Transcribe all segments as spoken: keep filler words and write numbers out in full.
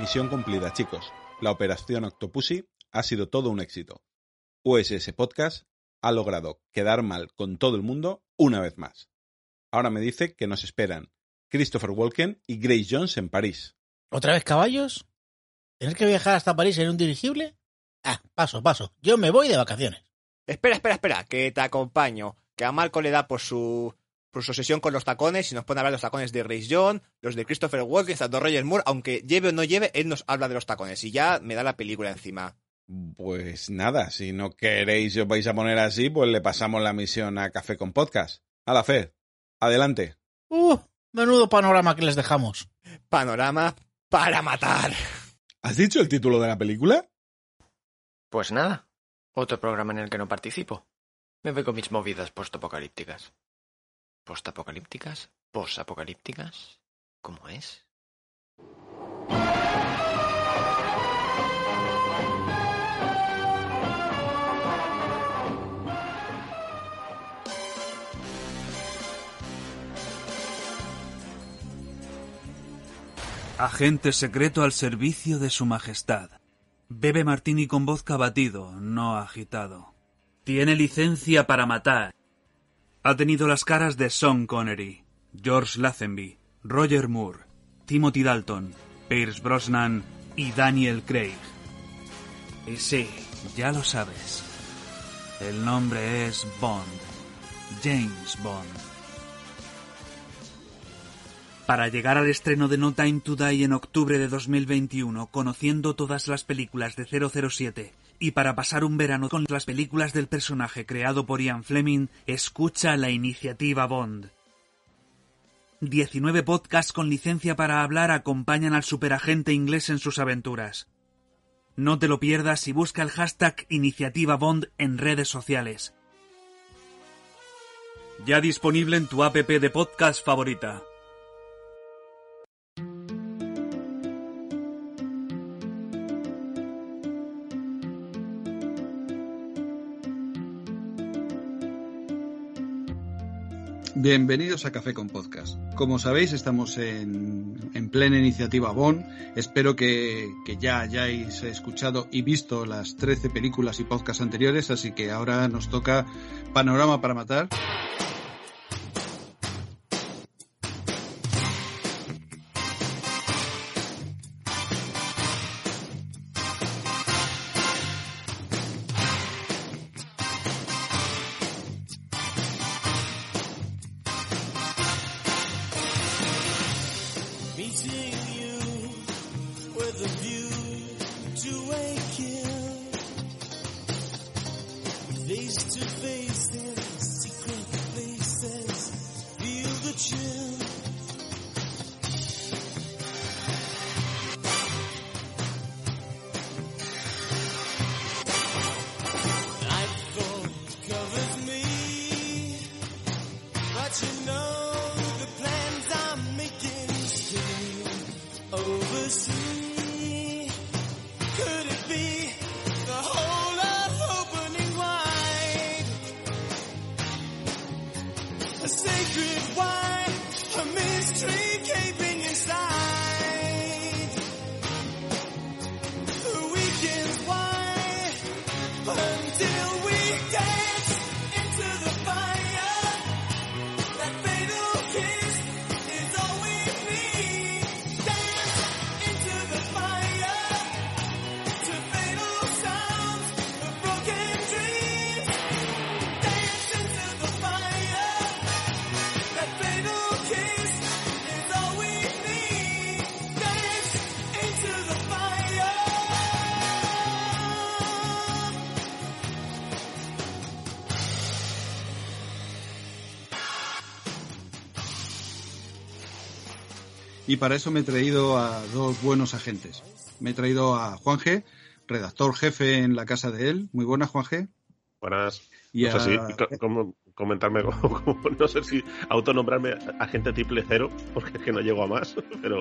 Misión cumplida, chicos. La operación Octopussy ha sido todo un éxito. U S S Podcast ha logrado quedar mal con todo el mundo una vez más. Ahora me dice que nos esperan Christopher Walken y Grace Jones en París. ¿Otra vez caballos? ¿Tener que viajar hasta París en un dirigible? Ah, paso, paso. Yo me voy de vacaciones. Espera, espera, espera, que te acompaño. Que a Marco le da por su por su obsesión con los tacones y nos pone a hablar de los tacones de Grace Jones, los de Christopher Walken, de Roger Moore. Aunque lleve o no lleve, él nos habla de los tacones y ya me da la película encima. Pues nada, si no queréis y os vais a poner así, pues le pasamos la misión a Café con Podcast. A la Fed, adelante. Uh, menudo panorama que les dejamos. Panorama para matar. ¿Has dicho el título de la película? Pues nada, otro programa en el que no participo. Me voy con mis movidas postapocalípticas. ¿Postapocalípticas? ¿Posapocalípticas? ¿Cómo es? Agente secreto al servicio de su majestad. Bebe martini con vodka batido, no agitado. Tiene licencia para matar. Ha tenido las caras de Sean Connery, George Lazenby, Roger Moore, Timothy Dalton, Pierce Brosnan y Daniel Craig. Y sí, ya lo sabes. El nombre es Bond. James Bond. Para llegar al estreno de No Time to Die en octubre de dos mil veintiuno, conociendo todas las películas de cero cero siete, y para pasar un verano con las películas del personaje creado por Ian Fleming, escucha la iniciativa Bond. diecinueve podcasts con licencia para hablar acompañan al superagente inglés en sus aventuras. No te lo pierdas y busca el hashtag Iniciativa Bond en redes sociales. Ya disponible en tu app de podcast favorita. Bienvenidos a Café con Podcast. Como sabéis, estamos en, en plena iniciativa Bond. Espero que, que ya hayáis escuchado y visto las trece películas y podcasts anteriores, así que ahora nos toca Panorama para Matar. Y para eso me he traído a dos buenos agentes. Me he traído a Juan G, redactor jefe en la casa de él. Muy buenas, Juan G. Buenas. Y no a... sé si cómo comentarme, cómo, no sé si autonombrarme agente triple cero, porque es que no llego a más, pero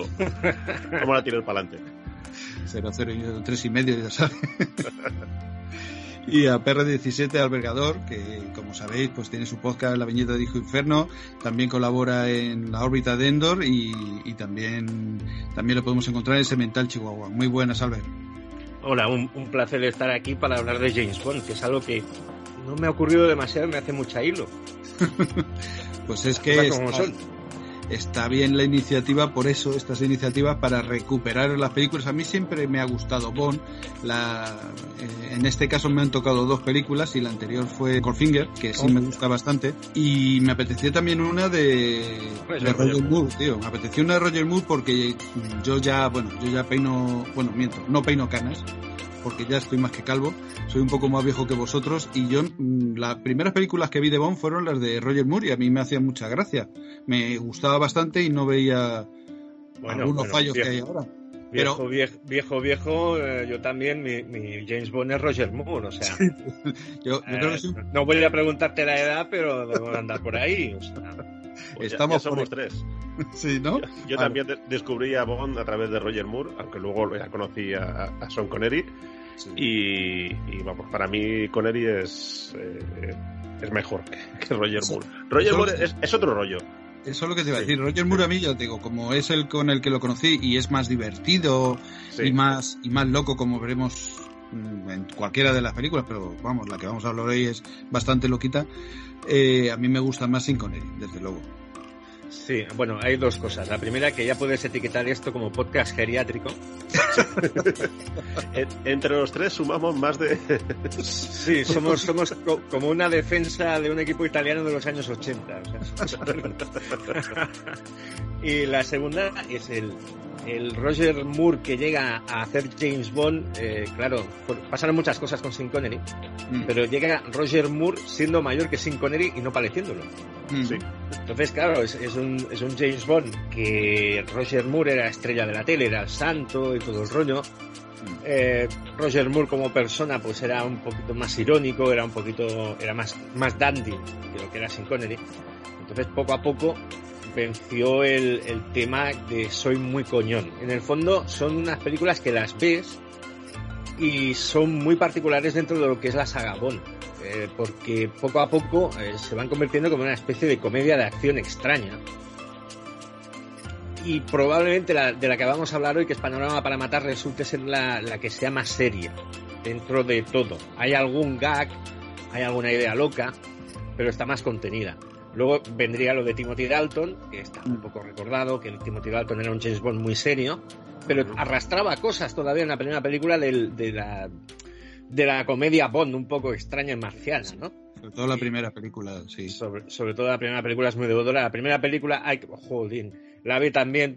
¿cómo la tienes para adelante? Cero, cero y tres y medio, ya sabes. Y a P R diecisiete Albergador, que como sabéis, pues tiene su podcast La Viñeta de Hijo Inferno, también colabora en La órbita de Endor y, y también, también lo podemos encontrar en Semental Chihuahua. Muy buenas, Albert. Hola, un, un placer estar aquí para hablar de James Bond, que es algo que no me ha ocurrido demasiado, me hace mucha hilo. Pues es que está, está bien la iniciativa, por eso estas iniciativas para recuperar las películas. A mí siempre me ha gustado Bond. La, eh, en este caso me han tocado dos películas y la anterior fue Goldfinger, que sí oh. me gusta bastante. Y me apetecía también una de, pues de Roger Moore, tío. Me apetecía una de Roger Moore porque yo ya, bueno, yo ya peino, bueno, miento, no peino canas, porque ya estoy más que calvo, soy un poco más viejo que vosotros, y yo las primeras películas que vi de Bond fueron las de Roger Moore y a mí me hacían mucha gracia, me gustaba bastante y no veía bueno, algunos bueno, fallos viejo, que hay ahora. Viejo, Pero, viejo, viejo, viejo eh, yo también, mi, mi James Bond es Roger Moore, o sea, yo, yo eh, creo que sí. No voy a preguntarte la edad, pero debo andar por ahí, o sea. Pues estamos ya, ya somos por... tres. Sí, ¿no? Yo, yo también de- descubrí a Bond a través de Roger Moore, aunque luego ya conocí a, a Sean Connery. Sí. Y, y vamos, para mí Connery es eh, es mejor que, que Roger Moore. Roger Eso Moore es, es otro rollo. Eso es lo que te iba a decir. Sí. Roger Moore a mí, ya te digo, como es el con el que lo conocí y es más divertido sí. y más y más loco, como veremos en cualquiera de las películas, pero vamos, la que vamos a hablar hoy es bastante loquita. Eh, a mí me gusta más Sean Connery, desde luego. Sí, bueno, hay dos cosas. La primera, que ya puedes etiquetar esto como podcast geriátrico. Entre los tres sumamos más de... Sí, somos somos co- como una defensa de un equipo italiano de los años ochenta. O sea, y la segunda es el, el Roger Moore que llega a hacer James Bond. Eh, claro, pasaron muchas cosas con Sean Connery, mm. pero llega Roger Moore siendo mayor que Sean Connery y no pareciéndolo. Mm. Sí. Entonces, claro, es, es, un, es un James Bond que Roger Moore era estrella de la tele, era el santo y todo el rollo. Eh, Roger Moore como persona pues era un poquito más irónico, era un poquito, era más, más dandy que lo que era Sean Connery. Entonces, poco a poco venció el, el tema de soy muy coñón. En el fondo son unas películas que las ves y son muy particulares dentro de lo que es la saga Bond. Eh, porque poco a poco eh, se van convirtiendo como una especie de comedia de acción extraña, y probablemente la de la que vamos a hablar hoy, que es Panorama para Matar, resulte ser la, la que sea más seria dentro de todo. Hay algún gag, hay alguna idea loca, pero está más contenida. Luego vendría lo de Timothy Dalton, que está un poco recordado, que Timothy Dalton era un James Bond muy serio, pero arrastraba cosas todavía en la primera película del, de la de la comedia Bond un poco extraña y marciana, ¿no? Sobre todo la primera película, sí. Sobre, sobre todo la primera película es muy deudora. La primera película, ay, joder, la vi también.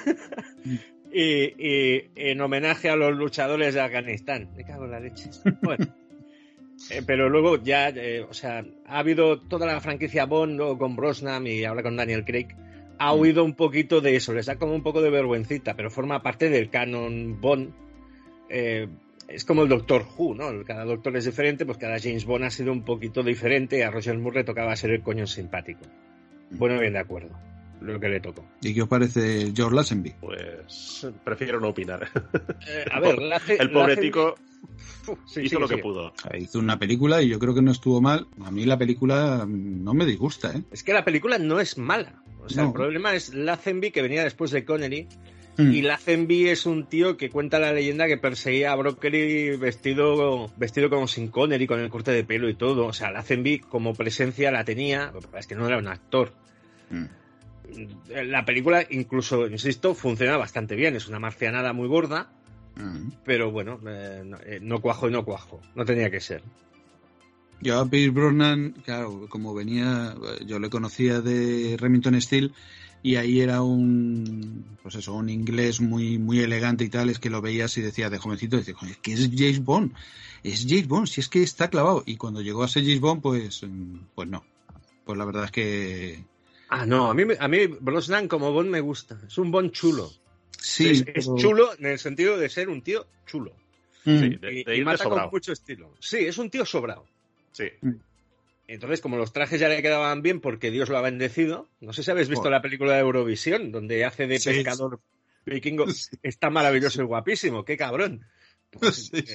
y, y en homenaje a los luchadores de Afganistán. Me cago en la leche. Bueno. eh, pero luego ya, eh, o sea, ha habido toda la franquicia Bond, luego con Brosnan y ahora con Daniel Craig. Ha huido un poquito de eso, les da como un poco de vergüencita, pero forma parte del canon Bond. Eh, Es como el Doctor Who, ¿no? Cada doctor es diferente, pues cada James Bond ha sido un poquito diferente. A Roger Moore le tocaba ser el coño simpático. Bueno, bien de acuerdo. Lo que le tocó. ¿Y qué os parece George Lazenby? Pues prefiero no opinar. Eh, a ver, Lazenby... El pobre tico sí, hizo sí, lo sí. que pudo. Hizo una película y yo creo que no estuvo mal. A mí la película no me disgusta, ¿eh? Es que la película no es mala. O sea, no. El problema es Lazenby, que venía después de Connery. Y Lazenby es un tío que cuenta la leyenda que perseguía a Broccoli vestido vestido como Sean Connery, con el corte de pelo y todo. O sea, Lazenby como presencia la tenía, lo que pasa es que no era un actor. Mm. La película, incluso, insisto, funciona bastante bien. Es una marcianada muy gorda, mm. pero bueno, eh, no, eh, no cuajo y no cuajo. No tenía que ser. Yo a Pierce Brosnan, claro, como venía, yo le conocía de Remington Steele, y ahí era un, pues eso, un inglés muy muy elegante y tal, es que lo veías y decía de jovencito, decía, es que es James Bond, es James Bond, si es que está clavado. Y cuando llegó a ser James Bond, pues, pues no, pues la verdad es que... Ah, no, a mí, a mí Brosnan como Bond me gusta, es un Bond chulo. Sí, es, pero... es chulo en el sentido de ser un tío chulo. Mm. Sí, de, y, de y ir mata de con mucho estilo. Sí, es un tío sobrado. Sí. Mm. Entonces, como los trajes ya le quedaban bien porque Dios lo ha bendecido, no sé si habéis visto oh. la película de Eurovisión, donde hace de pescador sí. vikingo, sí. Está maravilloso y guapísimo, qué cabrón. Pues, sí, sí.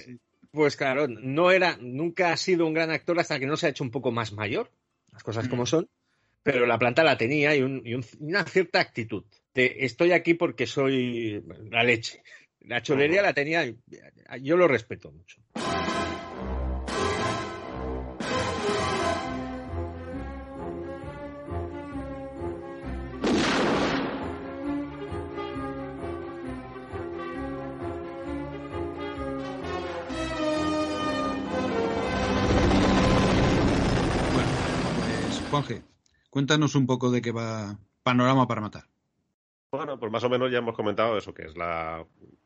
Pues claro, no era, nunca ha sido un gran actor hasta que no se ha hecho un poco más mayor, las cosas como son, pero la planta la tenía y, un, y un, una cierta actitud. De, estoy aquí porque soy la leche. La cholería la tenía, yo lo respeto mucho. Juanje, cuéntanos un poco de qué va Panorama para matar. Bueno, pues más o menos ya hemos comentado eso, que es la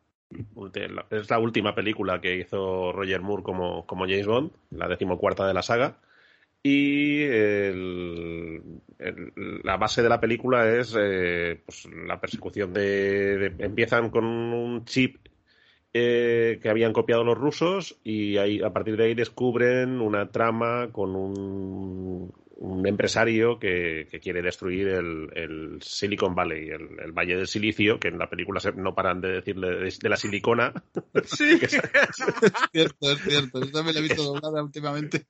es la última película que hizo Roger Moore como, como James Bond, la decimocuarta de la saga, y el, el, la base de la película es eh, pues la persecución de, de... Empiezan con un chip Eh, que habían copiado los rusos y ahí, a partir de ahí descubren una trama con un, un empresario que, que quiere destruir el, el Silicon Valley, el, el Valle del Silicio, que en la película se, no paran de decirle de, de la silicona. Sí, es cierto, es cierto. Yo también la he visto doblada últimamente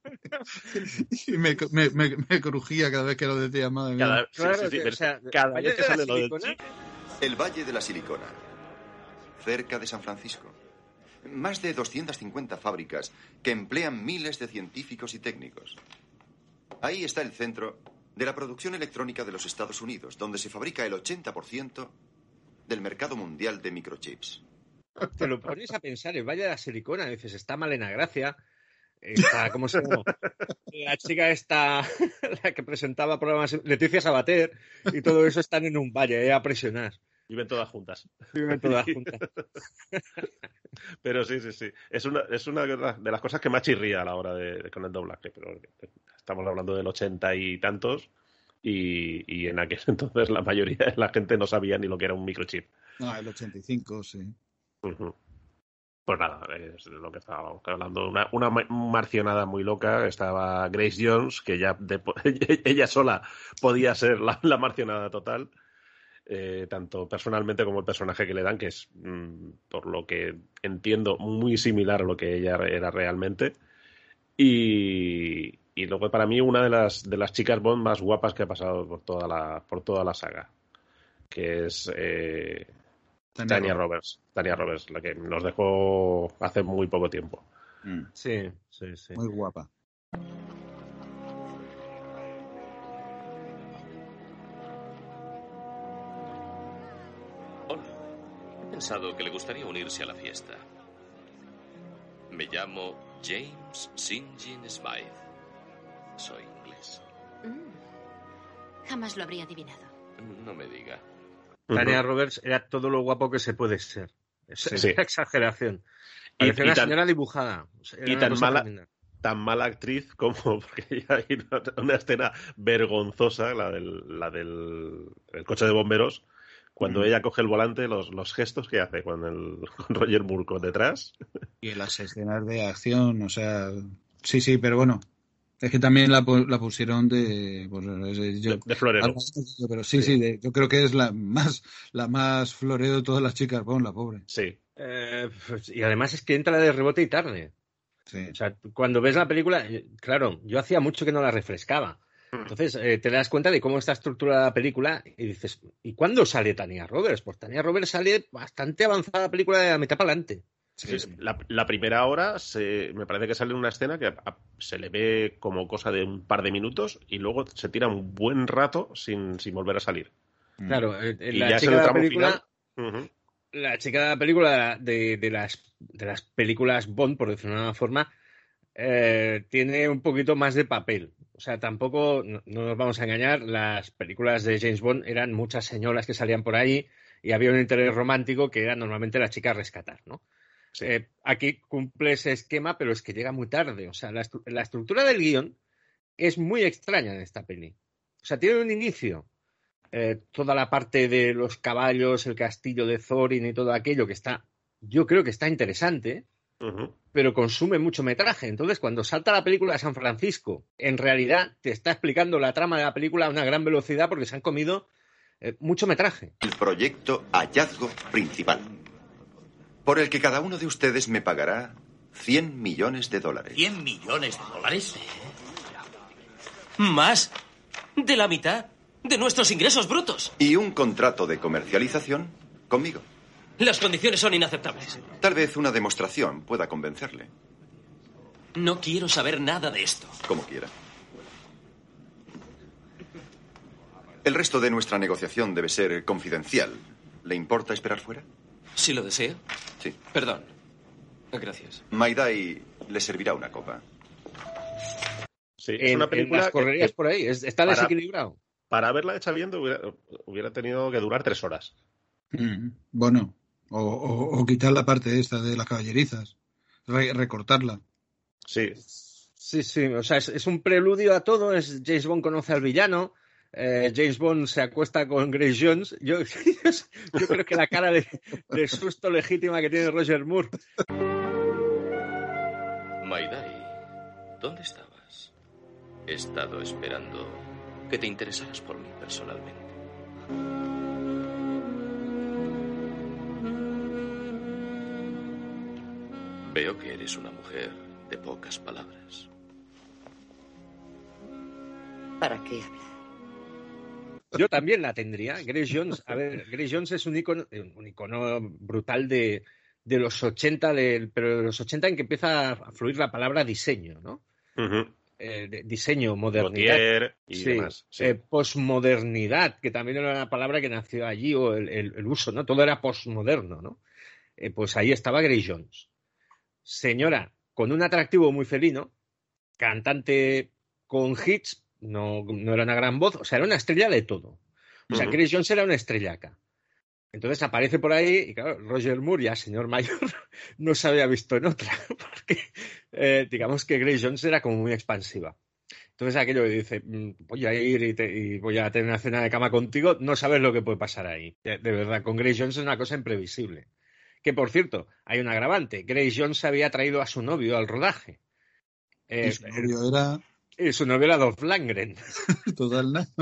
y me, me, me, me crujía cada vez que lo decía, madre mía. Cada, Claro, sí, sí, sí, o sea, cada vez que sale lo del silicona, chip. El Valle de la Silicona, cerca de San Francisco. Más de doscientas cincuenta fábricas que emplean miles de científicos y técnicos. Ahí está el centro de la producción electrónica de los Estados Unidos, donde se fabrica el ochenta por ciento del mercado mundial de microchips. Te lo pones a pensar, el Valle de la Silicona, dices, está Malena Gracia, está, ¿cómo se llama? La chica esta, la que presentaba programas, Leticia Sabater, y todo eso están en un valle, eh, a presionar. Viven todas juntas. Viven todas juntas. Pero sí, sí, sí. Es una, es una de las cosas que más chirría a la hora de, de con el doblaje. Pero estamos hablando del ochenta y tantos y, y en aquel entonces la mayoría de la gente no sabía ni lo que era un microchip. No, el ochenta y cinco, sí. Uh-huh. Pues nada, es lo que estábamos hablando. Una, una marcionada muy loca. Estaba Grace Jones, que ya de, ella sola podía ser la, la marcionada total. Eh, tanto personalmente como el personaje que le dan, que es, mmm, por lo que entiendo, muy similar a lo que ella era realmente. Y, y luego, para mí, una de las de las chicas Bond más guapas que ha pasado por toda la por toda la saga, que es eh, Tanya, Tanya Roberts. Tanya Roberts, la que nos dejó hace muy poco tiempo. Mm. Sí, sí, sí. Muy guapa. He pensado que le gustaría unirse a la fiesta. Me llamo James Saint John Smythe. Soy inglés. Mm. Jamás lo habría adivinado. No me diga. Tanya uh-huh. Roberts era todo lo guapo que se puede ser. Es sí. una exageración. Parecía y, y una tan, señora dibujada. Era y tan mala, tan mala actriz como, porque hay una, una escena vergonzosa, la del, la del el coche de bomberos. Cuando mm. ella coge el volante, los, los gestos que hace con, el, con Roger Moore con detrás. Y las escenas de acción, o sea... Sí, sí, pero bueno. Es que también la, la pusieron de... Pues, yo, de, de florero. Pero sí, sí, sí de, yo creo que es la más la más florero de todas las chicas, bon, la pobre. Sí. Eh, pues, y además es que entra de rebote y tarde. Sí. O sea, cuando ves la película... Claro, yo hacía mucho que no la refrescaba. Entonces eh, te das cuenta de cómo está estructurada la película y dices, ¿y cuándo sale Tanya Roberts? Pues Tanya Roberts sale bastante avanzada la película de la mitad para adelante. Sí, sí. La, la primera hora se, me parece que sale una escena que a, a, se le ve como cosa de un par de minutos y luego se tira un buen rato sin, sin volver a salir. Claro, eh, y la ya chica es el de la tramo película... final. Uh-huh. La chica de la película de, de, las, de las películas Bond, por decirlo de una forma, eh, tiene un poquito más de papel. O sea, tampoco, no, no nos vamos a engañar, las películas de James Bond eran muchas señoras que salían por ahí y había un interés romántico que era normalmente la chica a rescatar, ¿no? Sí. Eh, aquí cumple ese esquema, pero es que llega muy tarde. O sea, la, estru- la estructura del guión es muy extraña en esta peli. O sea, tiene un inicio, eh, toda la parte de los caballos, el castillo de Thorin y todo aquello que está, yo creo que está interesante, uh-huh. pero consume mucho metraje. Entonces, cuando salta la película de San Francisco, en realidad te está explicando la trama de la película a una gran velocidad porque se han comido eh, mucho metraje. El proyecto Hallazgo Principal, por el que cada uno de ustedes me pagará cien millones de dólares. ¿cien millones de dólares? Más de la mitad de nuestros ingresos brutos. Y un contrato de comercialización conmigo. Las condiciones son inaceptables. Tal vez una demostración pueda convencerle. No quiero saber nada de esto. Como quiera. El resto de nuestra negociación debe ser confidencial. ¿Le importa esperar fuera? Si lo deseo. Sí. Perdón. Gracias. Maidai le servirá una copa. Sí, es En, una en película las correrías que- por ahí. es- Está para- desequilibrado. Para haberla hecha bien hubiera, hubiera tenido que durar tres horas. Mm, Bueno, o, o- o quitar la parte esta de las caballerizas, re- recortarla. Sí. Sí, sí, o sea, es, es un preludio a todo. Es James Bond conoce al villano. eh, James Bond se acuesta con Grace Jones. Yo, yo creo que la cara de, de susto legítima que tiene Roger Moore. Maidai, ¿dónde estabas? He estado esperando que te interesaras por mí personalmente. Veo que eres una mujer de pocas palabras. ¿Para qué hablar? Yo también la tendría. Grace Jones, a ver, Grace Jones es un icono, un icono brutal de, de los ochenta, de, pero de los ochenta en que empieza a fluir la palabra diseño, ¿no? Ujú. Eh, de- diseño, modernidad. Gautier y Sí, demás. Sí. eh, posmodernidad, que también era una palabra que nació allí, o el, el- el uso, ¿no? Todo era posmoderno, ¿no? Eh, pues ahí estaba Grace Jones. Señora, con un atractivo muy felino, cantante con hits, no, no era una gran voz, o sea, era una estrella de todo. O sea, Ujú. Grace Jones era una estrellaca. Entonces aparece por ahí, y claro, Roger Moore, ya señor mayor, no se había visto en otra, porque eh, digamos que Grace Jones era como muy expansiva. Entonces aquello que dice, "Mm, voy a ir y, te- y voy a tener una cena de cama contigo", no sabes lo que puede pasar ahí. De, de verdad, con Grace Jones es una cosa imprevisible. Que por cierto, hay un agravante. Grace Jones había traído a su novio al rodaje. Eh, Y su novio era y su novio era Dolph Lundgren, total nada.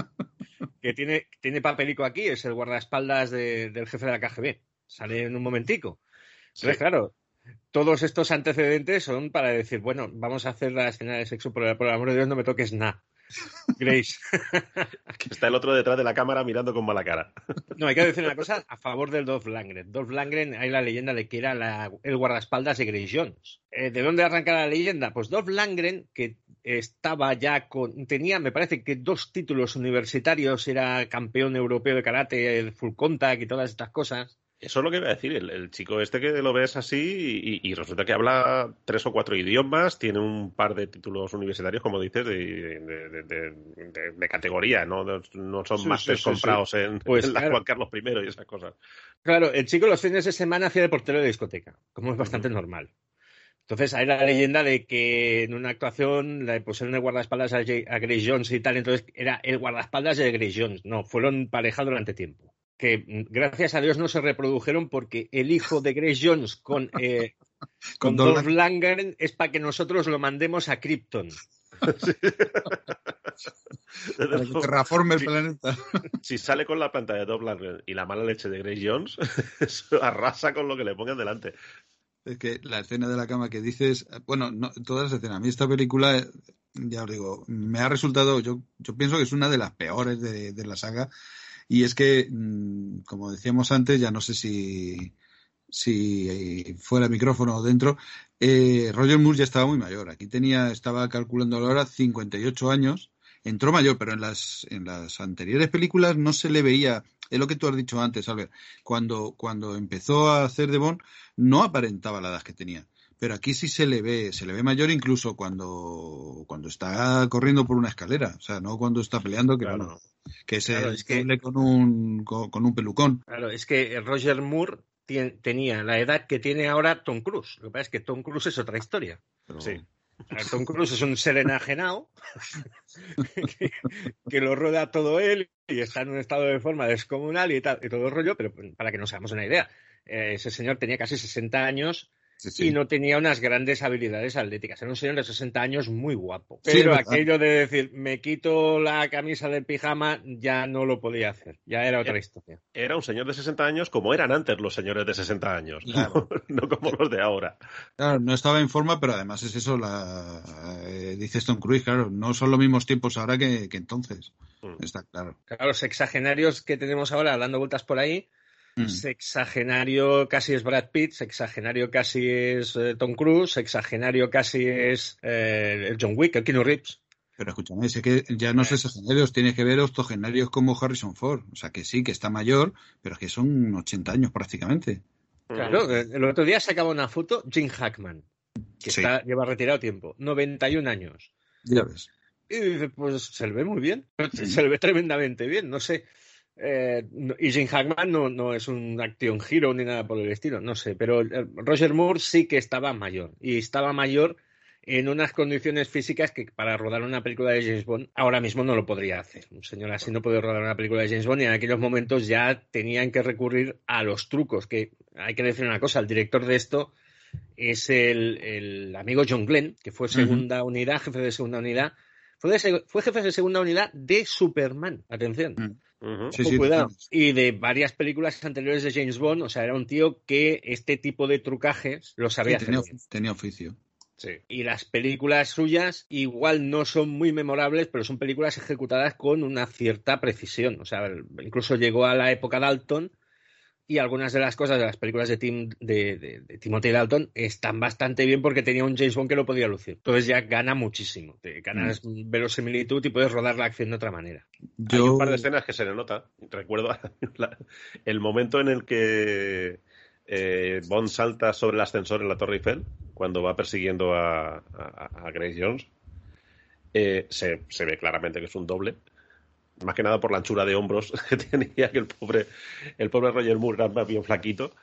que tiene, tiene papelico aquí, es el guardaespaldas de- del jefe de la K G B. Sale en un momentico. Entonces, Sí. claro, todos estos antecedentes son para decir, bueno, vamos a hacer la escena de sexo, por, por el amor de Dios, no me toques nada. Grace. Que está el otro detrás de la cámara mirando con mala cara. No, hay que decir una cosa a favor del Dolph Lundgren. Dolph Lundgren, hay la leyenda de que era la- el guardaespaldas de Grace Jones. Eh, ¿De dónde arranca la leyenda? Pues Dolph Lundgren, que estaba ya con... Tenía, me parece que dos títulos universitarios, era campeón europeo de karate, el full contact y todas estas cosas. Eso es lo que iba a decir. El, el chico este que lo ves así y, y resulta que habla tres o cuatro idiomas, tiene un par de títulos universitarios, como dices, de, de, de, de- de- de categoría, ¿no? No, no son Sí, másters sí, sí, comprados sí. en, Pues en la claro. Juan Carlos primero y esas cosas. Claro, el chico los fines de semana hacía de portero de discoteca, como es bastante normal. Entonces hay la leyenda de que en una actuación le pusieron el guardaespaldas a, J- a Grace Jones y tal, entonces era el guardaespaldas de Grace Jones. No, fueron pareja durante tiempo. Que mm, gracias a Dios no se reprodujeron porque el hijo de Grace Jones con, eh, con Con Dolph Dolph Lundgren es para que nosotros lo mandemos a Krypton. Para que terraforme el Sí. planeta. Si sale con la planta de Dolph Lundgren y la mala leche de Grace Jones, eso arrasa con lo que le pongan delante. Es que la escena de la cama que dices, bueno, no, todas las escenas. A mí esta película, eh, ya os digo, me ha resultado, yo, yo pienso que es una de las peores de, de la saga. Y es que, mm, como decíamos antes, ya no sé si, si fuera micrófono o dentro, eh, Roger Moore ya estaba muy mayor. Aquí tenía, estaba calculando la hora, cincuenta y ocho años. Entró mayor, pero en las, en las anteriores películas no se le veía. Es lo que tú has dicho antes, Albert. Cuando, cuando empezó a hacer de Bond, no aparentaba la edad que tenía. Pero aquí sí se le ve, se le ve mayor incluso cuando, cuando está corriendo por una escalera. O sea, no cuando está peleando, que Claro. bueno, que se Claro, es que- doble con un, con, con un pelucón. Claro, es que Roger Moore tien- tenía la edad que tiene ahora Tom Cruise. Lo que pasa es que Tom Cruise es otra historia. Pero, Sí. A ver, Tom Cruise es un ser enajenado que, que lo rueda todo él y está en un estado de forma descomunal y, tal, y todo el rollo, pero para que nos hagamos una idea, eh, ese señor tenía casi sesenta años Sí, sí. Y no tenía unas grandes habilidades atléticas. Era un señor de sesenta años muy guapo. Sí, Pero es verdad. aquello de decir, me quito la camisa del pijama, ya no lo podía hacer. Ya era otra Eh, historia. Era un señor de sesenta años como eran antes los señores de sesenta años, Claro. no como los de ahora. Claro, no estaba en forma, pero además es eso, la eh, dice Tom Cruise, claro, no son los mismos tiempos ahora que, que entonces. Mm. Está claro. Claro, los sexagenarios que tenemos ahora dando vueltas por ahí, Mm. sexagenario casi es Brad Pitt, sexagenario casi es eh, Tom Cruise, sexagenario casi es eh, el John Wick, el Keanu Reeves. Pero escúchame, sé que ya no sé sexagenarios, tienes que ver octogenarios como Harrison Ford. O sea, que sí, que está mayor, pero es que son ochenta años prácticamente. Claro, eh, el otro día sacaba una foto Jim Hackman, que Sí. está, lleva retirado tiempo, noventa y un años. Ya ves. Y dice, pues se le ve muy bien, se le ve tremendamente bien, no sé. Eh, no- y Jim Hackman no, no es un action hero ni nada por el estilo, no sé, pero eh, Roger Moore sí que estaba mayor, y estaba mayor en unas condiciones físicas que para rodar una película de James Bond ahora mismo no lo podría hacer. Un señor así no puede rodar una película de James Bond y en aquellos momentos ya tenían que recurrir a los trucos, que hay que decir una cosa, el director de esto es el, el amigo John Glenn, que fue segunda unidad, jefe de segunda unidad, fue, de seg- fue jefe de segunda unidad de Superman, atención. Mm. Ujú. Sí, Ojo, sí, cuidado. totalmente. Y de varias películas anteriores de James Bond, o sea, era un tío que este tipo de trucajes lo sabía Sí, hacer tenía, bien. tenía oficio. Sí. Y las películas suyas igual no son muy memorables, pero son películas ejecutadas con una cierta precisión. O sea, incluso llegó a la época Dalton y algunas de las cosas de las películas de, Tim, de, de, de Timothy Dalton están bastante bien porque tenía un James Bond que lo podía lucir. Entonces ya gana muchísimo. Te ganas verosimilitud y puedes rodar la acción de otra manera. Hay Yo, un par de escenas que se le nota. Recuerdo la- el momento en el que eh, Bond salta sobre el ascensor en la Torre Eiffel, cuando va persiguiendo a, a, a Grace Jones. Eh, se, se ve claramente que es un doble. Más que nada por la anchura de hombros que tenía, que el pobre, el pobre Roger Moore era bien flaquito.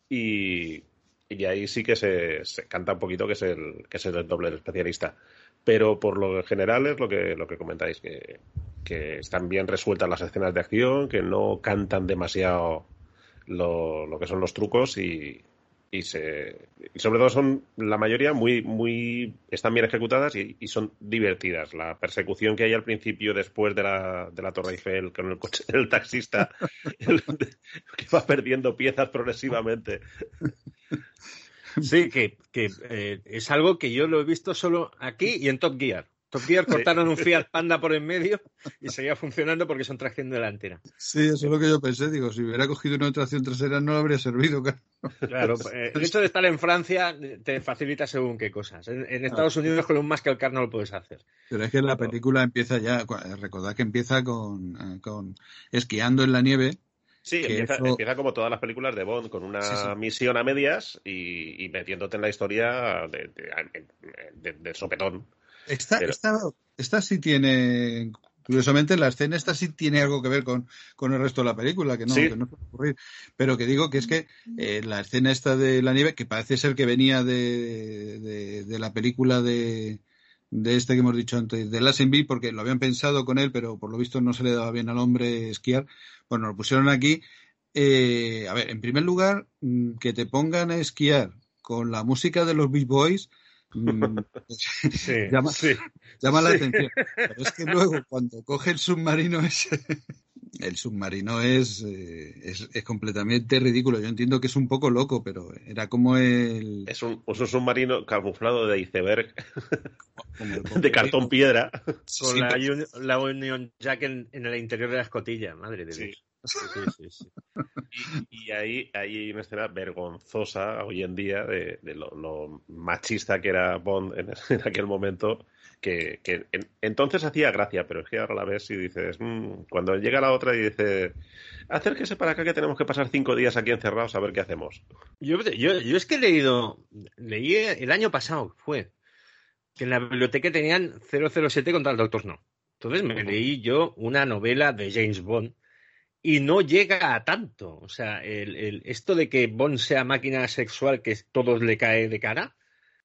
Y, y ahí sí que se, se canta un poquito que es el, que es el doble del especialista. Pero por lo general es lo que, lo que comentáis, que, que están bien resueltas las escenas de acción, que no cantan demasiado lo, lo que son los trucos y, y, se, y sobre todo son la mayoría muy, muy están bien ejecutadas y, y son divertidas. La persecución que hay al principio después de la, de la Torre Eiffel con el coche del taxista el, que va perdiendo piezas progresivamente. Sí, que, que eh, es algo que yo lo he visto solo aquí y en Top Gear. Top Gear cortaron un Fiat Panda por en medio y seguía funcionando porque son tracción delantera. sí, eso es lo que yo pensé. Digo, si hubiera cogido una tracción trasera no le habría servido. Claro. Claro, eh, el hecho de estar en Francia te facilita según qué cosas. En, en Estados Unidos con un Muscle Car no lo puedes hacer. Pero es que la película empieza ya, recordad que empieza con, eh, con esquiando en la nieve. Sí, que empieza, eso- empieza como todas las películas de Bond, con una Sí, sí. misión a medias y, y metiéndote en la historia de, de, de- de sopetón. Esta, Pero- esta, esta sí tiene, curiosamente, la escena esta sí tiene algo que ver con, con el resto de la película, que no, Sí. que no puede ocurrir. Pero que digo que es que eh, la escena esta de la nieve, que parece ser que venía de, de, de la película de, de este que hemos dicho antes, de Lazenby, porque lo habían pensado con él, pero por lo visto no se le daba bien al hombre esquiar. Bueno, lo pusieron aquí. Eh, a ver, en primer lugar, mm, que te pongan a esquiar con la música de los Beach Boys. mm, Sí, llama, sí. llama la Sí. atención. Pero es que luego, cuando coge el submarino ese, el submarino es, eh, es, es completamente ridículo. Yo entiendo que es un poco loco, pero era como el... Es un, es un submarino camuflado de iceberg, como el de cartón piedra. Con Sí, la, pero- Union, la Union Jack en, en el interior de la escotilla, madre de Sí. Dios. Sí, sí, sí, sí. Y, y ahí, ahí hay una escena vergonzosa hoy en día de, de lo, lo machista que era Bond en, en aquel momento, que, que en- entonces hacía gracia, pero es que ahora la ves y dices, "Mm", cuando llega la otra y dice, acérquese para acá que tenemos que pasar cinco días aquí encerrados a ver qué hacemos. Yo, yo, yo es que he leído, leí el año pasado, fue, que en la biblioteca tenían cero cero siete contra el Doctor No. Entonces me leí yo una novela de James Bond y no llega a tanto. O sea, el, el, esto de que Bond sea máquina sexual que todos le cae de cara,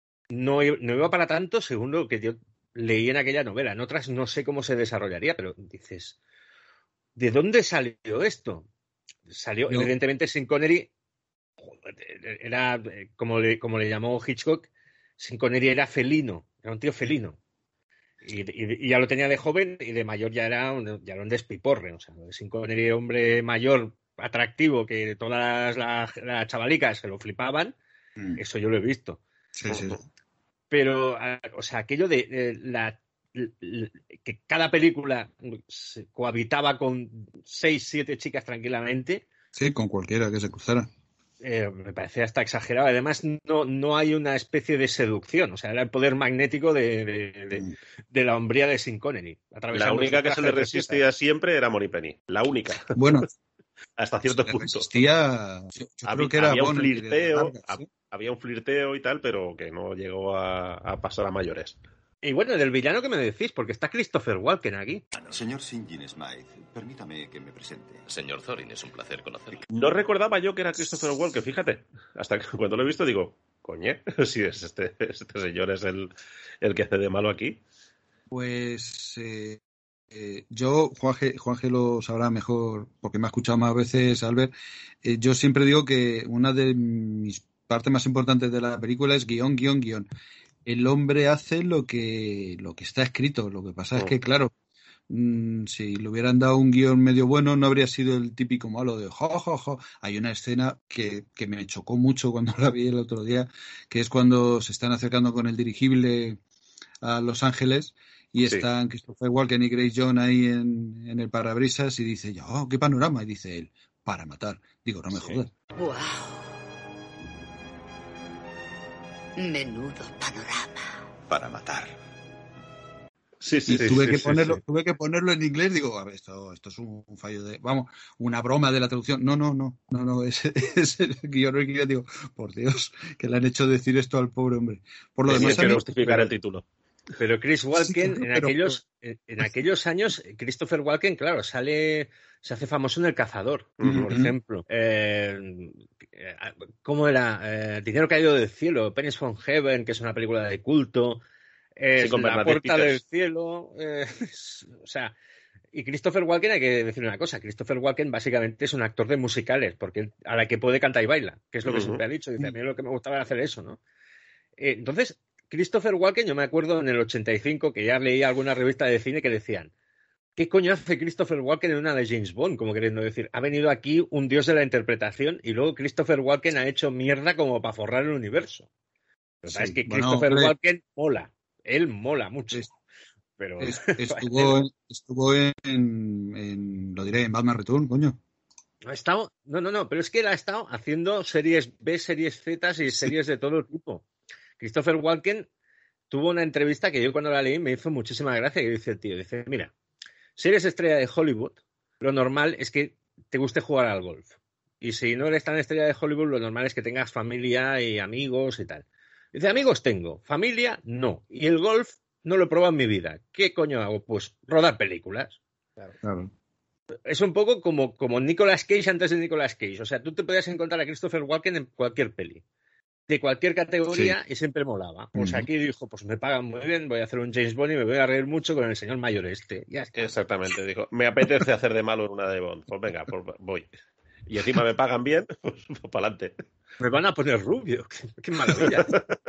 no, no iba para tanto según lo que yo leí en aquella novela. En otras no sé cómo se desarrollaría, pero dices, ¿de dónde salió esto? Salió, Yo- evidentemente, Sean Connery era, como le, como le llamó Hitchcock, Sean Connery era felino, era un tío felino. Y, y, y ya lo tenía de joven y de mayor ya era un, ya era un despiporre. O sea, Sean Connery era hombre mayor, atractivo, que todas las, las, las chavalicas se lo flipaban. Mm. Eso yo lo he visto. Sí, sí. Pero, o sea, aquello de, de la, la que cada película se cohabitaba con seis, siete chicas tranquilamente. Sí, con cualquiera que se cruzara. Eh, me parece hasta exagerado. Además, no, no hay una especie de seducción. O sea, era el poder magnético de, de, de, mm. de la hombría de Sean Connery. La única que se le resistía siempre era Moneypenny. La única. Bueno. Hasta cierto punto. Resistía, yo, yo había, creo que era había un flirteo, larga, ¿sí? Había un flirteo y tal, pero que no llegó a, a pasar a mayores. Y bueno, del villano que me decís, porque está Christopher Walken aquí. Señor Sinjin Smythe, permítame que me presente. Señor Thorin, es un placer conocerlo. No recordaba yo que era Christopher Walken, fíjate. Hasta que cuando lo he visto digo, coñe, si es este, este señor es el, el que hace de malo aquí. Pues eh, eh, yo, Juanje, Juanje lo sabrá mejor, porque me ha escuchado más veces, Albert. Eh, yo siempre digo que una de mis partes más importantes de la película es guión, guión, guión. El hombre hace lo que lo que está escrito. Lo que pasa oh. es que, claro, mmm, si le hubieran dado un guión medio bueno, no habría sido el típico malo de jo, jo, jo. Hay una escena que, que me chocó mucho cuando la vi el otro día, que es cuando se están acercando con el dirigible a Los Ángeles y sí. están Christopher Walken y Grace Jones ahí en, en el parabrisas y dice, oh, qué panorama. Y dice él, para matar. Digo, no me sí. jodas. Wow. Menudo panorama. Para matar. Sí, sí, y sí, tuve, sí, que sí, ponerlo, sí. tuve que ponerlo en inglés. Digo, a ver, esto, esto es un, un fallo de... Vamos, una broma de la traducción. No, no, no. No, no, es, es el guión original. Digo, por Dios, que le han hecho decir esto al pobre hombre. Por lo demás... que no justificar el título. Pero Chris Walken, sí, en, pero... aquellos, en, en aquellos años, Christopher Walken, claro, sale... Se hace famoso en El Cazador, uh-huh. por ejemplo. Eh, ¿Cómo era? Eh, Dinero caído del cielo, Pennies from Heaven, que es una película de culto. Eh, sí, La Puerta del Cielo. Eh, o sea, y Christopher Walken, hay que decir una cosa. Christopher Walken básicamente es un actor de musicales, porque a la que puede canta y baila, que es lo que uh-huh. siempre ha dicho. Dice, a mí lo que me gustaba era hacer eso, ¿no? Eh, entonces, Christopher Walken, yo me acuerdo en el ochenta y cinco que ya leía alguna revista de cine que decían, ¿qué coño hace Christopher Walken en una de James Bond? Como queriendo decir, ha venido aquí un dios de la interpretación y luego Christopher Walken ha hecho mierda como para forrar el universo. Pero sí, es que bueno, Christopher hombre, Walken mola. Él mola mucho. Es, pero es, estuvo, en, estuvo en, en, lo diré, en Batman Return, coño. Ha estado, no, no, no, pero es que él ha estado haciendo series B, series Z y series sí. de todo tipo. Christopher Walken tuvo una entrevista que yo cuando la leí me hizo muchísima gracia. Que dice el tío, dice, mira, si eres estrella de Hollywood, lo normal es que te guste jugar al golf. Y si no eres tan estrella de Hollywood, lo normal es que tengas familia y amigos y tal. Dice, amigos tengo, familia no. Y el golf no lo he probado en mi vida. ¿Qué coño hago? Pues rodar películas. Claro. claro. Es un poco como, como Nicolas Cage antes de Nicolas Cage. O sea, tú te podías encontrar a Christopher Walken en cualquier peli. De cualquier categoría sí. y siempre molaba. Pues uh-huh. aquí dijo, pues me pagan muy bien, voy a hacer un James Bond y me voy a reír mucho con el señor mayor este. Ya está. Exactamente, dijo, me apetece hacer de malo en una de Bond. Pues venga, pues voy. Y encima me pagan bien, pues, pues para adelante. Me van a poner rubio, qué, qué maravilla.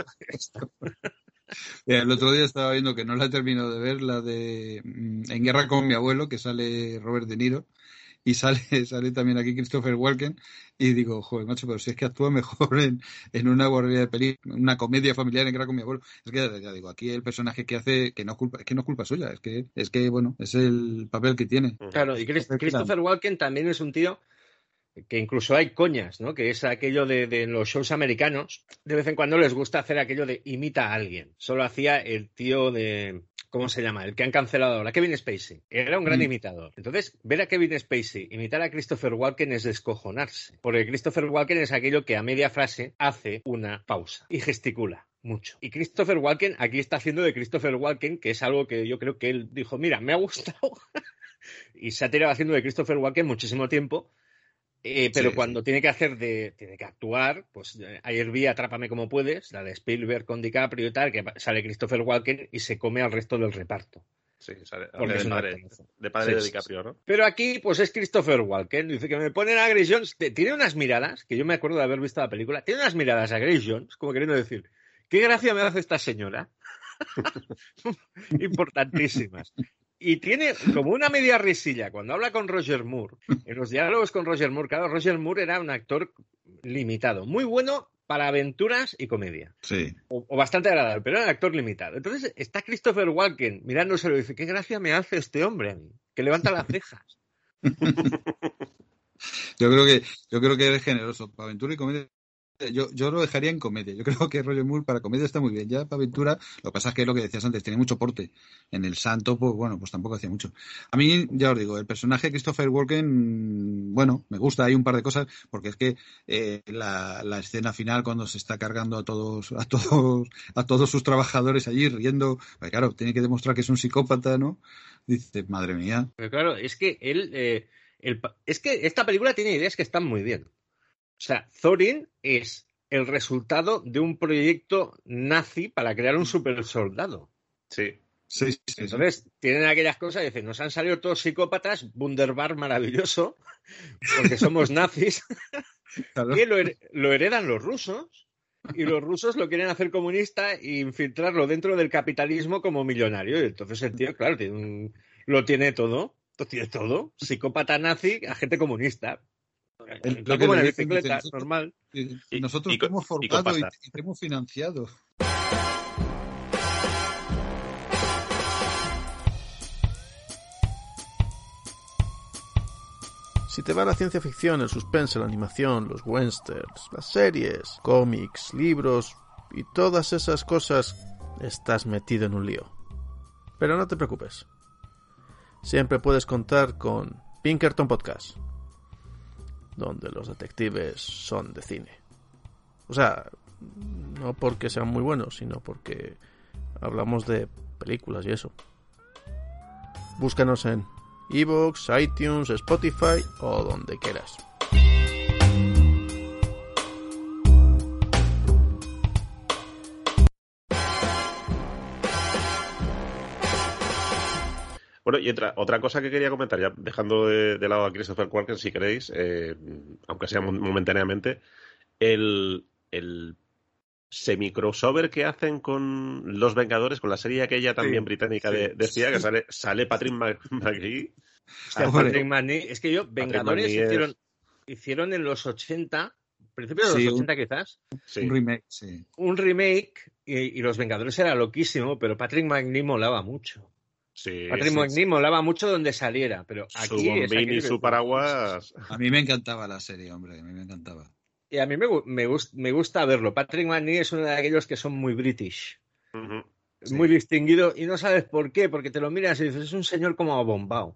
El otro día estaba viendo, que no la he terminado de ver, la de En Guerra con mi abuelo, que sale Robert De Niro. Y sale, sale también aquí Christopher Walken y digo, joder, macho, pero si es que actúa mejor en, en una guardería de peli, una comedia familiar en Guerra con mi abuelo. Es que ya digo, aquí el personaje que hace, que no es culpa, es que no es culpa suya, es que, es que bueno, es el papel que tiene. Claro, y Chris, Christopher Walken también es un tío que incluso hay coñas, ¿no? Que es aquello de, de los shows americanos, de vez en cuando les gusta hacer aquello de imita a alguien. Solo hacía el tío de... ¿Cómo se llama? El que han cancelado ahora, Kevin Spacey. Era un gran mm. imitador. Entonces, ver a Kevin Spacey imitar a Christopher Walken es descojonarse. Porque Christopher Walken es aquello que a media frase hace una pausa y gesticula mucho. Y Christopher Walken aquí está haciendo de Christopher Walken, que es algo que yo creo que él dijo, mira, me ha gustado. Y se ha tirado haciendo de Christopher Walken muchísimo tiempo. Eh, pero sí, cuando sí. tiene que hacer de, tiene que actuar, pues eh, ayer vi Atrápame como puedes, la de Spielberg con DiCaprio y tal, que sale Christopher Walken y se come al resto del reparto. Sí, sale, Porque de es un padre, actorazo. de, padre Sí, de sí, DiCaprio, ¿no? Pero aquí, pues es Christopher Walken. Dice que me ponen a Grace Jones. Te- Tiene unas miradas, que yo me acuerdo de haber visto la película. Tiene unas miradas a Grace Jones, como queriendo decir, ¿qué gracia me hace esta señora? Importantísimas. Y tiene como una media risilla cuando habla con Roger Moore. En los diálogos con Roger Moore, claro, Roger Moore era un actor limitado, muy bueno para aventuras y comedia. Sí. O, o bastante agradable, pero era un actor limitado. Entonces está Christopher Walken mirándoselo y dice, ¿qué gracia me hace este hombre a mí? Que levanta las cejas. Yo creo que yo creo que eres generoso. Para aventura y comedia, yo, yo lo dejaría en comedia. Yo creo que Roger Moore para comedia está muy bien. Ya para aventura, lo que pasa es que es lo que decías antes, tiene mucho porte. En El Santo, pues bueno, pues tampoco hacía mucho. A mí, ya os digo, el personaje de Christopher Walken, bueno, me gusta, hay un par de cosas, porque es que eh, la, la escena final cuando se está cargando a todos, a todos, a todos sus trabajadores allí riendo, pues claro, tiene que demostrar que es un psicópata, ¿no? Dice, madre mía. Pero claro, es que él, eh, el, es que esta película tiene ideas que están muy bien. O sea, Thorin es el resultado de un proyecto nazi para crear un super soldado. Sí. Sí, sí, sí. Entonces, tienen aquellas cosas y dicen, nos han salido todos psicópatas, Wunderbar maravilloso, porque somos nazis, Claro. que lo, her- lo heredan los rusos, y los rusos lo quieren hacer comunista e infiltrarlo dentro del capitalismo como millonario. Y entonces el tío, claro, tiene un- lo tiene todo, lo tiene todo, psicópata nazi, agente comunista. El- Entra lo que como en le la dicen, bicicleta, dicen, normal. Y- Y- nosotros y te con- hemos y con formado y, pasta. y te hemos financiado. Si te va la ciencia ficción, el suspense, la animación, los westerns, las series, cómics, libros y todas esas cosas, estás metido en un lío. Pero no te preocupes. Siempre puedes contar con Pinkerton Podcast, donde los detectives son de cine. O sea, no porque sean muy buenos, sino porque hablamos de películas y eso. Búscanos en iVoox, iTunes, Spotify o donde quieras. Bueno, y otra, otra cosa que quería comentar, ya dejando de, de lado a Christopher Walken, si queréis, eh, aunque sea momentáneamente, el, el semi-crossover que hacen con Los Vengadores, con la serie aquella también Sí, británica sí. de, decía que sale, sale Patrick Mac- McGee. Hostia, Hombre. Patrick McNee, es que yo, Vengadores McNee es- hicieron, hicieron en los ochenta, principios de los Sí, un- ochenta quizás, Sí. Un remake, sí. un remake y, y Los Vengadores era loquísimo, pero Patrick McNee molaba mucho. Sí, Patrick sí, McNee molaba mucho donde saliera, pero su aquí es bombín aquello y que- su paraguas. A mí me encantaba la serie, hombre, a mí me encantaba. Y a mí me, gu- me, gust- me gusta verlo. Patrick McNee es uno de aquellos que son muy british, Ujú. Sí. muy distinguido, y no sabes por qué, porque te lo miras y dices, es un señor como abombado.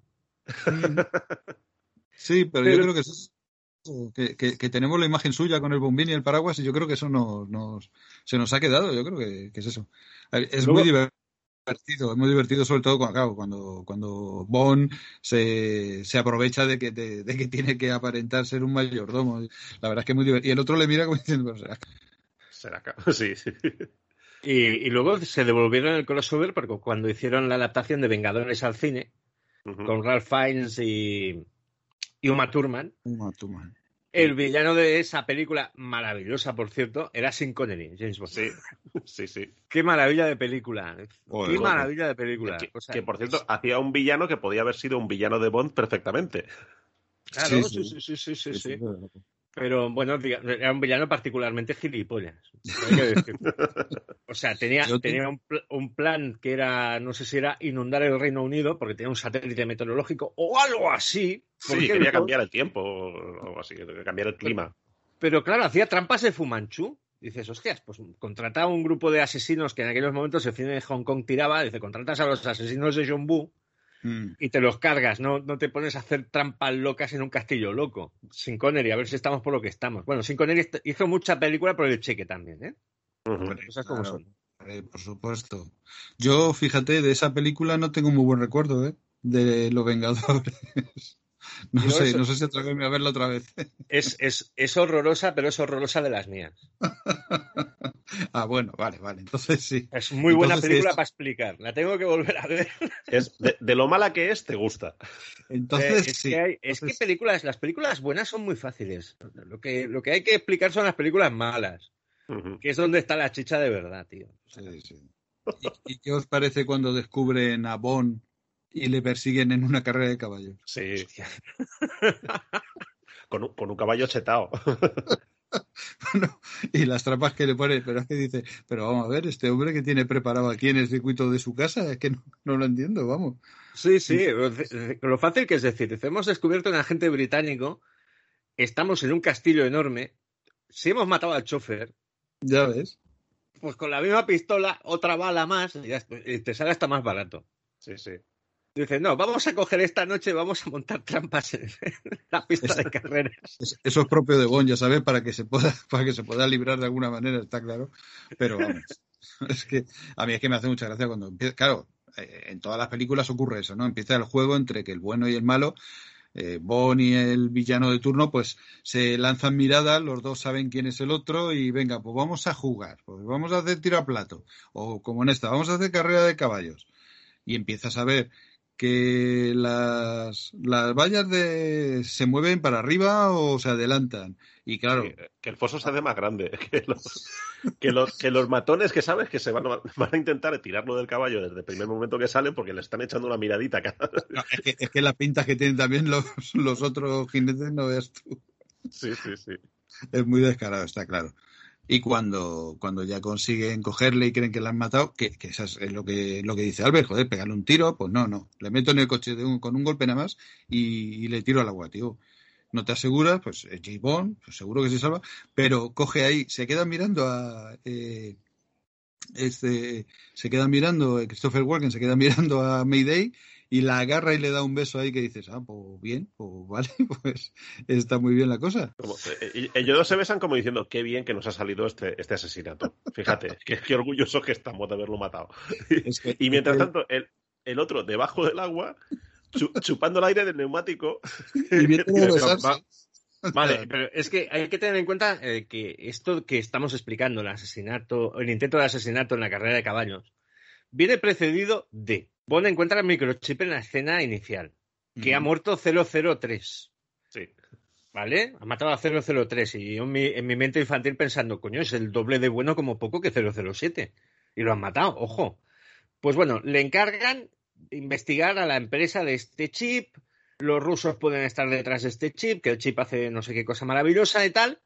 Sí, pero, Pero- yo creo que eso es que, que, que tenemos la imagen suya con el bombín y el paraguas y yo creo que eso nos, nos se nos ha quedado, yo creo que, que es eso. Es Luego- muy divertido, es muy divertido sobre todo cuando, claro, cuando, cuando Bond se, se aprovecha de que, de, de que tiene que aparentar ser un mayordomo. La verdad es que es muy divertido. Y el otro le mira como diciendo, "Pero será que-". Será ca- sí, sí. Y, y luego se devolvieron el crossover porque cuando hicieron la adaptación de Vengadores al cine, Ujú. con Ralph Fiennes y, y Uma Thurman, Uma Thurman. el villano de esa película, maravillosa por cierto, era Sean Connery, James Bond. Sí, sí, sí. Qué maravilla de película. Joder, Qué joder. maravilla de película. Que, O sea, que, por cierto, hacía un villano que podía haber sido un villano de Bond perfectamente. claro, Sí, sí, sí. sí, sí, sí, sí, Sí, sí. sí, claro. Pero bueno, diga- era un villano particularmente gilipollas. Hay que decir. O sea, tenía, Yo te- tenía un, pl- un plan que era, no sé si era inundar el Reino Unido, porque tenía un satélite meteorológico o algo así. Sí, porque quería no- cambiar el tiempo o algo así, cambiar el clima. Pero claro, hacía trampas de Fumanchu. Dices, hostias, pues contrata a un grupo de asesinos que en aquellos momentos el cine de Hong Kong tiraba. Dice, contratas a los asesinos de John Woo Mm. y te los cargas. No, no te pones a hacer trampas locas en un castillo loco. Sin Connery, a ver si estamos por lo que estamos. Bueno, Sin Connery est- hizo mucha película por el cheque también, ¿eh? Ujú. Cosas como Claro. son. Eh, por supuesto. Yo, fíjate, de esa película no tengo muy buen recuerdo, ¿eh? De Los Vengadores. No Yo sé, eso- no sé si atreverme a verla otra vez. Es, es, es horrorosa, pero es horrorosa de las mías. Ah, bueno, vale, vale. Entonces sí. Es muy buena Entonces, película es... para explicar. La tengo que volver a ver. Es de, de lo mala que es, te gusta. Entonces eh, es sí. Que hay, es Entonces... que películas, las películas buenas son muy fáciles. Lo que, lo que hay que explicar son las películas malas. Uh-huh. Que es donde está la chicha de verdad, tío. O sea, sí, sí. ¿Y, ¿Y qué os parece cuando descubren a Bond y le persiguen en una carrera de caballos? Sí. con, un, con un caballo chetao. Bueno, y las trampas que le ponen, pero es que dice, pero vamos a ver, este hombre que tiene preparado aquí en el circuito de su casa, es que no, no lo entiendo, vamos. Sí, sí, lo fácil que es decir, hemos descubierto un agente británico, estamos en un castillo enorme, si hemos matado al chofer, ya ves, pues con la misma pistola, otra bala más, y te sale hasta más barato. Sí, sí. Dice, no, vamos a coger esta noche, vamos a montar trampas en la pista Esa, de carreras. Eso es propio de Bond, ya sabes, para que se pueda, para que se pueda librar de alguna manera, está claro. Pero vamos, es que a mí es que me hace mucha gracia cuando empieza, claro, en todas las películas ocurre eso, ¿no? Empieza el juego entre que el bueno y el malo, eh, Bond y el villano de turno, pues se lanzan miradas, los dos saben quién es el otro y venga, pues vamos a jugar, pues vamos a hacer tiro a plato, o como en esta, vamos a hacer carrera de caballos. Y empiezas a ver que las, las vallas de se mueven para arriba o se adelantan. Y claro... Sí, que el foso se hace más grande. Que los, que los, que los matones que sabes que se van a, van a intentar tirarlo del caballo desde el primer momento que salen porque le están echando una miradita cada vez. No, es, que, es que la pinta que tienen también los, los otros jinetes, no veas tú. Sí, sí, sí. Es muy descarado, está claro. Y cuando, cuando ya consiguen cogerle y creen que la han matado, que, que eso es lo que, lo que dice Albert, joder, pegarle un tiro, pues no, no. Le meto en el coche de un, con un golpe nada más y, y le tiro al agua, tío. No te aseguras, pues es James Bond, pues seguro que se salva, pero coge ahí, se queda mirando a... Eh, este, se queda mirando, eh, Christopher Walken se queda mirando a Mayday y la agarra y le da un beso ahí que dices, ah, pues bien, pues vale, pues está muy bien la cosa. Como, eh, ellos dos se besan como diciendo, qué bien que nos ha salido este, este asesinato. Fíjate, qué, qué orgullosos que estamos de haberlo matado. Es que, y mientras tanto, el, el otro debajo del agua, chu, chupando el aire del neumático. Y viene a besarse. Vale, pero es que hay que tener en cuenta eh, que esto que estamos explicando, el asesinato, el intento de asesinato en la carrera de caballos, viene precedido de Bond encuentra el microchip en la escena inicial, que mm. ha muerto cero cero tres. Sí. ¿Vale? Ha matado a cero cero tres y yo en mi, en mi mente infantil pensando, coño, es el doble de bueno como poco que cero cero siete. Y lo han matado, ojo. Pues bueno, le encargan investigar a la empresa de este chip. Los rusos pueden estar detrás de este chip, que el chip hace no sé qué cosa maravillosa y tal,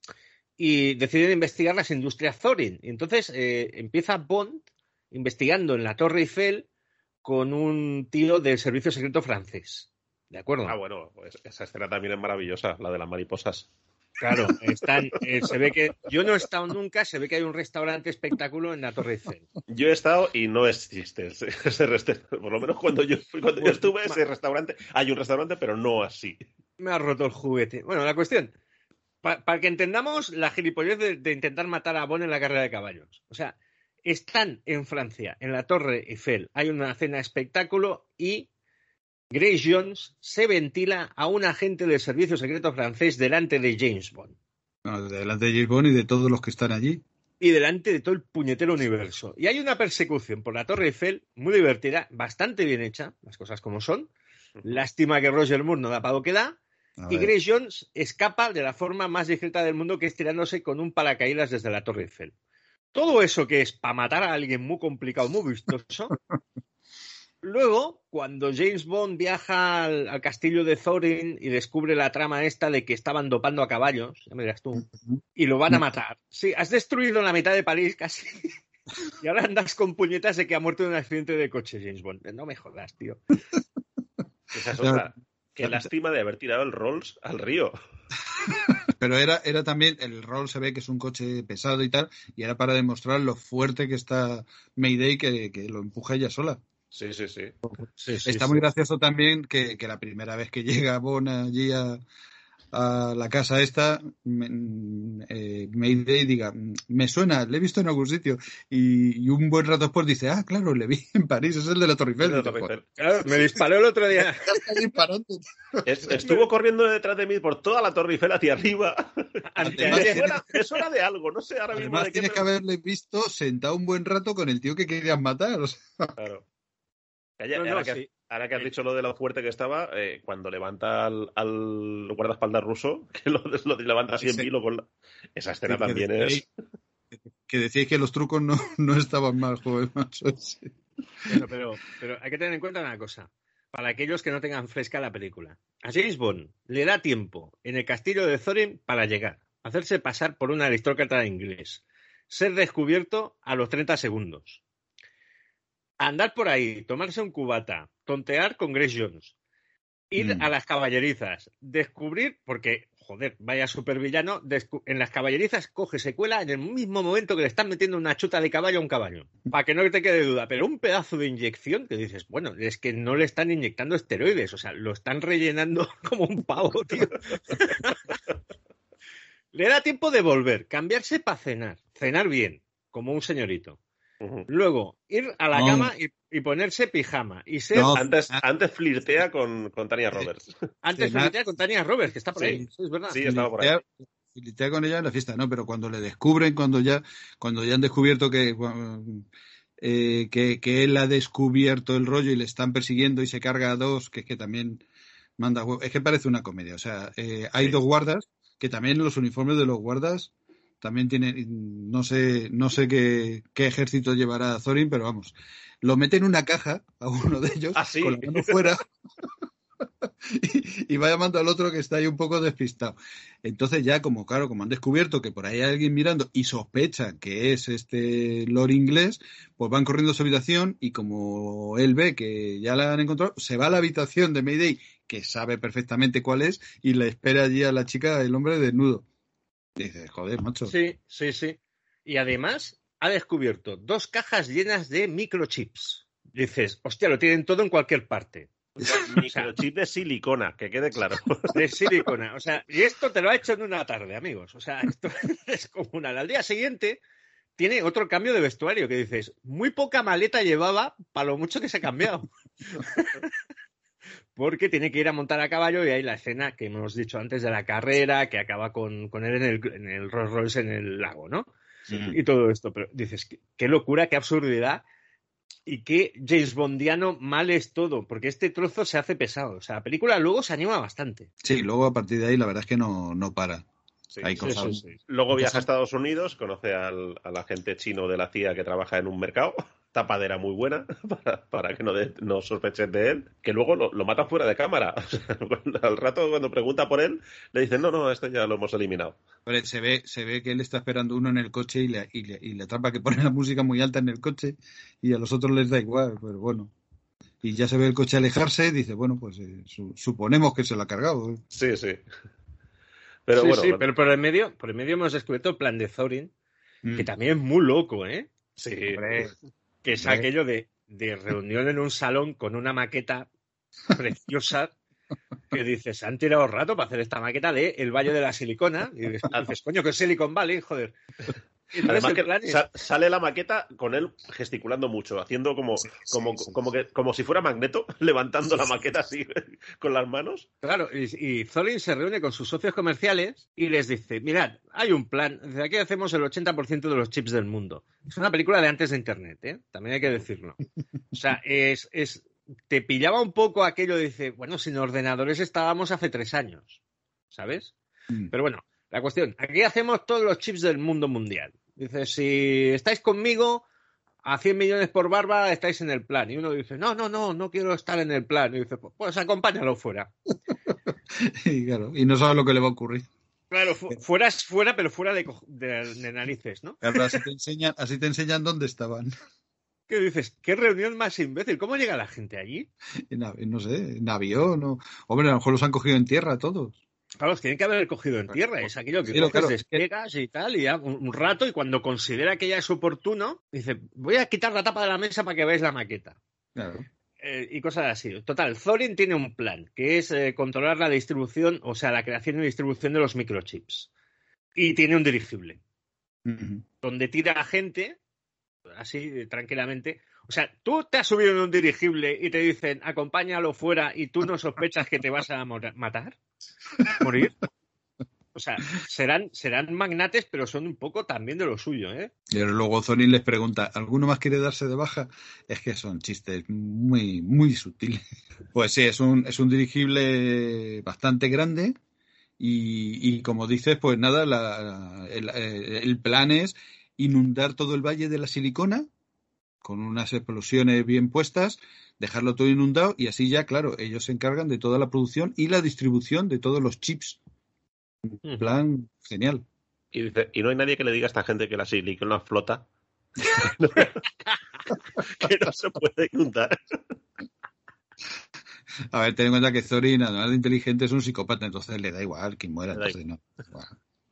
y deciden investigar las industrias Thorin. Y entonces eh, empieza Bond investigando en la Torre Eiffel con un tío del servicio secreto francés. ¿De acuerdo? Ah, bueno, pues esa escena también es maravillosa, la de las mariposas. Claro, están, eh, se ve que yo no he estado nunca, se ve que hay un restaurante espectáculo en la Torre Eiffel. Yo he estado y no existe ese, ese restaurante. Por lo menos cuando yo cuando yo estuve ese restaurante, hay un restaurante, pero no así. Me ha roto el juguete. Bueno, la cuestión, para pa que entendamos la gilipollez de, de intentar matar a Bond en la carrera de caballos. O sea, están en Francia, en la Torre Eiffel, hay una cena espectáculo y Grace Jones se ventila a un agente del servicio secreto francés delante de James Bond. No, delante de James Bond y de todos los que están allí. Y delante de todo el puñetero universo. Y hay una persecución por la Torre Eiffel muy divertida, bastante bien hecha, las cosas como son. Lástima que Roger Moore no da para lo que da. Y Grace Jones escapa de la forma más discreta del mundo, que es tirándose con un paracaídas desde la Torre Eiffel. Todo eso que es para matar a alguien muy complicado, muy vistoso. Luego, cuando James Bond viaja al, al castillo de Thorin y descubre la trama esta de que estaban dopando a caballos, ya me dirás tú, y lo van a matar. Sí, has destruido la mitad de París casi y ahora andas con puñetas de que ha muerto en un accidente de coche, James Bond. No me jodas, tío. Esa es otra. Qué lástima de haber tirado el Rolls al río. Pero era, era también, el Rolls se ve que es un coche pesado y tal, y era para demostrar lo fuerte que está Mayday, que, que lo empuja ella sola. Sí, sí, sí. sí, sí Está sí, muy sí. gracioso también que, que la primera vez que llega Bond allí a, a la casa esta, me, eh, Mayday diga, me suena, le he visto en algún sitio, y, y un buen rato después dice, ah, claro, le vi en París, es el de la Torre Eiffel. De la Torre Eiffel. Claro, me disparó el otro día. Es, estuvo corriendo detrás de mí por toda la Torre Eiffel hacia arriba. Además, me, suena, me suena de algo, no sé ahora mismo además de qué. Tienes pero... que haberle visto sentado un buen rato con el tío que querías matar. O sea. Claro. Calla, No, no, ahora, que, sí. ahora que has dicho lo de lo fuerte que estaba, eh, cuando levanta al, al guardaespaldas ruso, que lo, lo levanta así en vilo con la... Esa escena Sí, que también decíais, es... Que decíais que los trucos no, no estaban mal, joder, macho. Sí. Bueno, pero, pero hay que tener en cuenta una cosa. Para aquellos que no tengan fresca la película. A James Bond le da tiempo en el castillo de Thorin para llegar, hacerse pasar por un aristócrata inglés, ser descubierto a los treinta segundos. Andar por ahí, tomarse un cubata, tontear con Grace Jones, ir mm. a las caballerizas, descubrir, porque, joder, vaya supervillano, en las caballerizas coge, se cuela en el mismo momento que le están metiendo una chuta de caballo a un caballo, para que no te quede duda, pero un pedazo de inyección que dices, bueno, es que no le están inyectando esteroides, o sea, lo están rellenando como un pavo, tío. Le da tiempo de volver, cambiarse para cenar, cenar bien, como un señorito. Uh-huh. Luego, ir a la no. cama y, y ponerse pijama. Y ser... no, antes, antes flirtea con, con Tania Roberts. Antes sí, flirtea con Tania Roberts, que está por sí. ahí. Sí, es verdad. Sí, estaba por ahí. Flirtea con ella en la fiesta, no, pero cuando le descubren, cuando ya, cuando ya han descubierto que, eh, que, que él ha descubierto el rollo y le están persiguiendo y se carga a dos, que es que también manda huevo. Es que parece una comedia. O sea, eh, hay sí. dos guardas, que también los uniformes de los guardas también tienen, no sé, no sé qué, qué ejército llevará Thorin, pero vamos, lo mete en una caja a uno de ellos, ¿Ah, sí? con la mano fuera, y, y va llamando al otro que está ahí un poco despistado. Entonces ya, como claro, como han descubierto que por ahí hay alguien mirando y sospechan que es este Lord inglés, pues van corriendo a su habitación y como él ve que ya la han encontrado, se va a la habitación de Mayday, que sabe perfectamente cuál es, y le espera allí a la chica, el hombre desnudo. Dices, joder, macho. Sí, sí, sí. Y además ha descubierto dos cajas llenas de microchips. Dices, hostia, lo tienen todo en cualquier parte. Microchip de silicona, que quede claro. De silicona. O sea, y esto te lo ha hecho en una tarde, amigos. O sea, esto es comunal. Al día siguiente tiene otro cambio de vestuario que dices, muy poca maleta llevaba para lo mucho que se ha cambiado. Porque tiene que ir a montar a caballo y hay la escena que hemos dicho antes de la carrera, que acaba con, con él en el, en el Rolls Royce en el lago, ¿no? Sí. Y todo esto. Pero dices, qué, qué locura, qué absurdidad y qué James Bondiano mal es todo, porque este trozo se hace pesado. O sea, la película luego se anima bastante. Sí, luego a partir de ahí la verdad es que no, no para. Sí, hay sí, cosas. sí, sí. Luego viaja a Estados Unidos, conoce al, al agente chino de la C I A que trabaja en un mercado. Tapadera muy buena para, para que no, de, no sospechen de él, que luego lo, lo matan fuera de cámara. O sea, al rato cuando pregunta por él le dicen no, no, esto ya lo hemos eliminado. Pero se ve, se ve que él está esperando uno en el coche y le, y le, y le atrapa que pone la música muy alta en el coche y a los otros les da igual, pero bueno. Y ya se ve el coche alejarse y dice, bueno, pues eh, su, suponemos que se lo ha cargado. ¿eh? Sí, sí. Pero sí, bueno, sí, pero por el medio, por el medio hemos descubierto el plan de Thorin, mm. que también es muy loco, ¿eh? Sí. Hombre. Que es ¿Vale? aquello de, de reunión en un salón con una maqueta preciosa que dices, han tirado rato para hacer esta maqueta de El Valle de la Silicona. Y dices, dices coño, que es Silicon Valley, joder. Además que es... sale la maqueta con él gesticulando mucho, haciendo como, sí, sí, como, sí, como, que, como si fuera Magneto, levantando sí, la maqueta así con las manos. Claro, y, y Thorin se reúne con sus socios comerciales y les dice, mirad, hay un plan, desde aquí hacemos el ochenta por ciento de los chips del mundo. Es una película de antes de Internet, ¿eh? También hay que decirlo. O sea, es, es te pillaba un poco aquello de, dice, bueno, sin ordenadores estábamos hace tres años, ¿sabes? Mm. Pero bueno, la cuestión, aquí hacemos todos los chips del mundo mundial. Dice, si estáis conmigo, a cien millones por barba estáis en el plan. Y uno dice, no, no, no, no quiero estar en el plan. Y dice, pues acompáñalo fuera. Y claro, y no sabe lo que le va a ocurrir. Claro, fu fuera es fuera, pero fuera de, de, de narices, ¿no? Claro, así te enseñan, así te enseñan dónde estaban. ¿Qué dices? ¿Qué reunión más imbécil? ¿Cómo llega la gente allí? No sé, en avión o... Hombre, a lo mejor los han cogido en tierra todos. Claro, los tienen que haber cogido en tierra, es aquello que sí, coges, claro, despegas y tal, y ya un, un rato, y cuando considera que ya es oportuno, dice, voy a quitar la tapa de la mesa para que veáis la maqueta. Claro. eh, y cosas así. Total, Thorin tiene un plan, que es eh, controlar la distribución, o sea, la creación y distribución de los microchips. Y tiene un dirigible, Uh-huh. donde tira a gente, así, tranquilamente. O sea, tú te has subido en un dirigible y te dicen, acompáñalo fuera, y tú no sospechas que te vas a mor- matar, morir. O sea, serán, serán magnates, pero son un poco también de lo suyo, ¿eh? Y luego Thorin les pregunta, ¿alguno más quiere darse de baja? Es que son chistes muy, muy sutiles. Pues sí, es un, es un dirigible bastante grande y, y como dices, pues nada, la, el, el plan es inundar todo el Valle de la Silicona con unas explosiones bien puestas, dejarlo todo inundado y así ya, claro, ellos se encargan de toda la producción y la distribución de todos los chips. Un plan genial. Y dice, y no hay nadie que le diga a esta gente que la silicona flota. Que no se puede inundar. A ver, ten en cuenta que Thorin, además de inteligente, es un psicópata, entonces le da igual quien muera. Entonces, no. Bueno.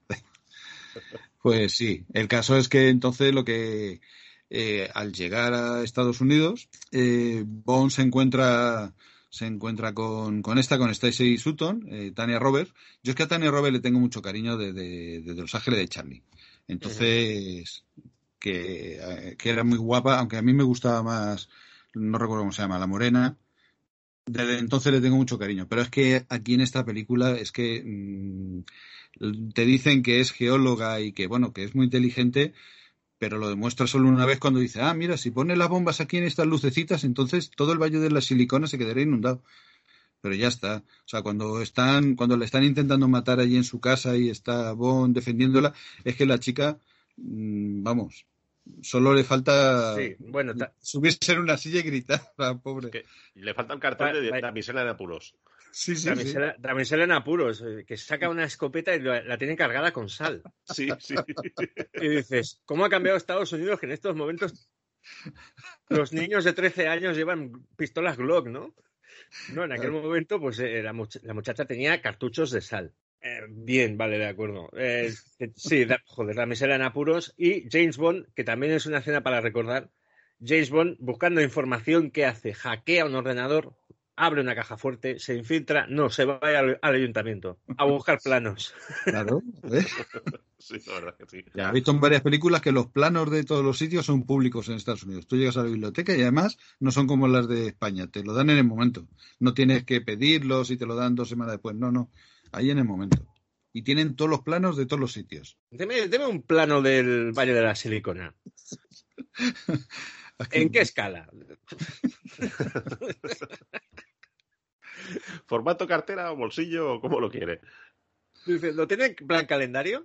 Pues sí, el caso es que entonces lo que eh, al llegar a Estados Unidos, eh, Bond se encuentra se encuentra con, con esta, con Stacy Sutton, eh, Tanya Roberts. Yo es que a Tanya Roberts le tengo mucho cariño de, de, de, de Los Ángeles de Charlie. Entonces, uh-huh. que, que era muy guapa, aunque a mí me gustaba más, no recuerdo cómo se llama, La Morena. Desde entonces le tengo mucho cariño. Pero es que aquí en esta película es que mmm, te dicen que es geóloga y que, bueno, que es muy inteligente, pero lo demuestra solo una vez cuando dice, ah, mira, si pone las bombas aquí en estas lucecitas, entonces todo el Valle de la Silicona se quedará inundado. Pero ya está. O sea, cuando están, cuando le están intentando matar allí en su casa y está Bond defendiéndola, es que la chica, mmm, vamos, solo le falta sí, bueno, ta- subirse en una silla y gritar, la pobre. Es que le falta el cartel de damisela en apuros. Sí, sí, damisela, sí. damisela en apuros, que saca una escopeta y la, la tiene cargada con sal. Sí, sí. Y dices, ¿cómo ha cambiado Estados Unidos que en estos momentos los niños de trece años llevan pistolas Glock, ¿no? No, en aquel momento, pues eh, la, much- la muchacha tenía cartuchos de sal. Eh, bien, vale, de acuerdo. Eh, sí, da, joder, la misera en apuros. Y James Bond, que también es una escena para recordar. James Bond, buscando información, ¿qué hace? Hackea un ordenador, abre una caja fuerte, se infiltra, no, se va al, al ayuntamiento a buscar planos. Claro, ¿ves? Sí, la verdad que sí. Ya he visto en varias películas que los planos de todos los sitios son públicos en Estados Unidos. Tú llegas a la biblioteca y además no son como las de España, te lo dan en el momento. No tienes que pedirlos y te lo dan dos semanas después. No, no, ahí en el momento. Y tienen todos los planos de todos los sitios. Deme, deme un plano del Valle de la Silicona. ¿En qué escala? ¿Formato cartera o bolsillo o cómo lo quiere? Dice, ¿lo tiene en plan calendario?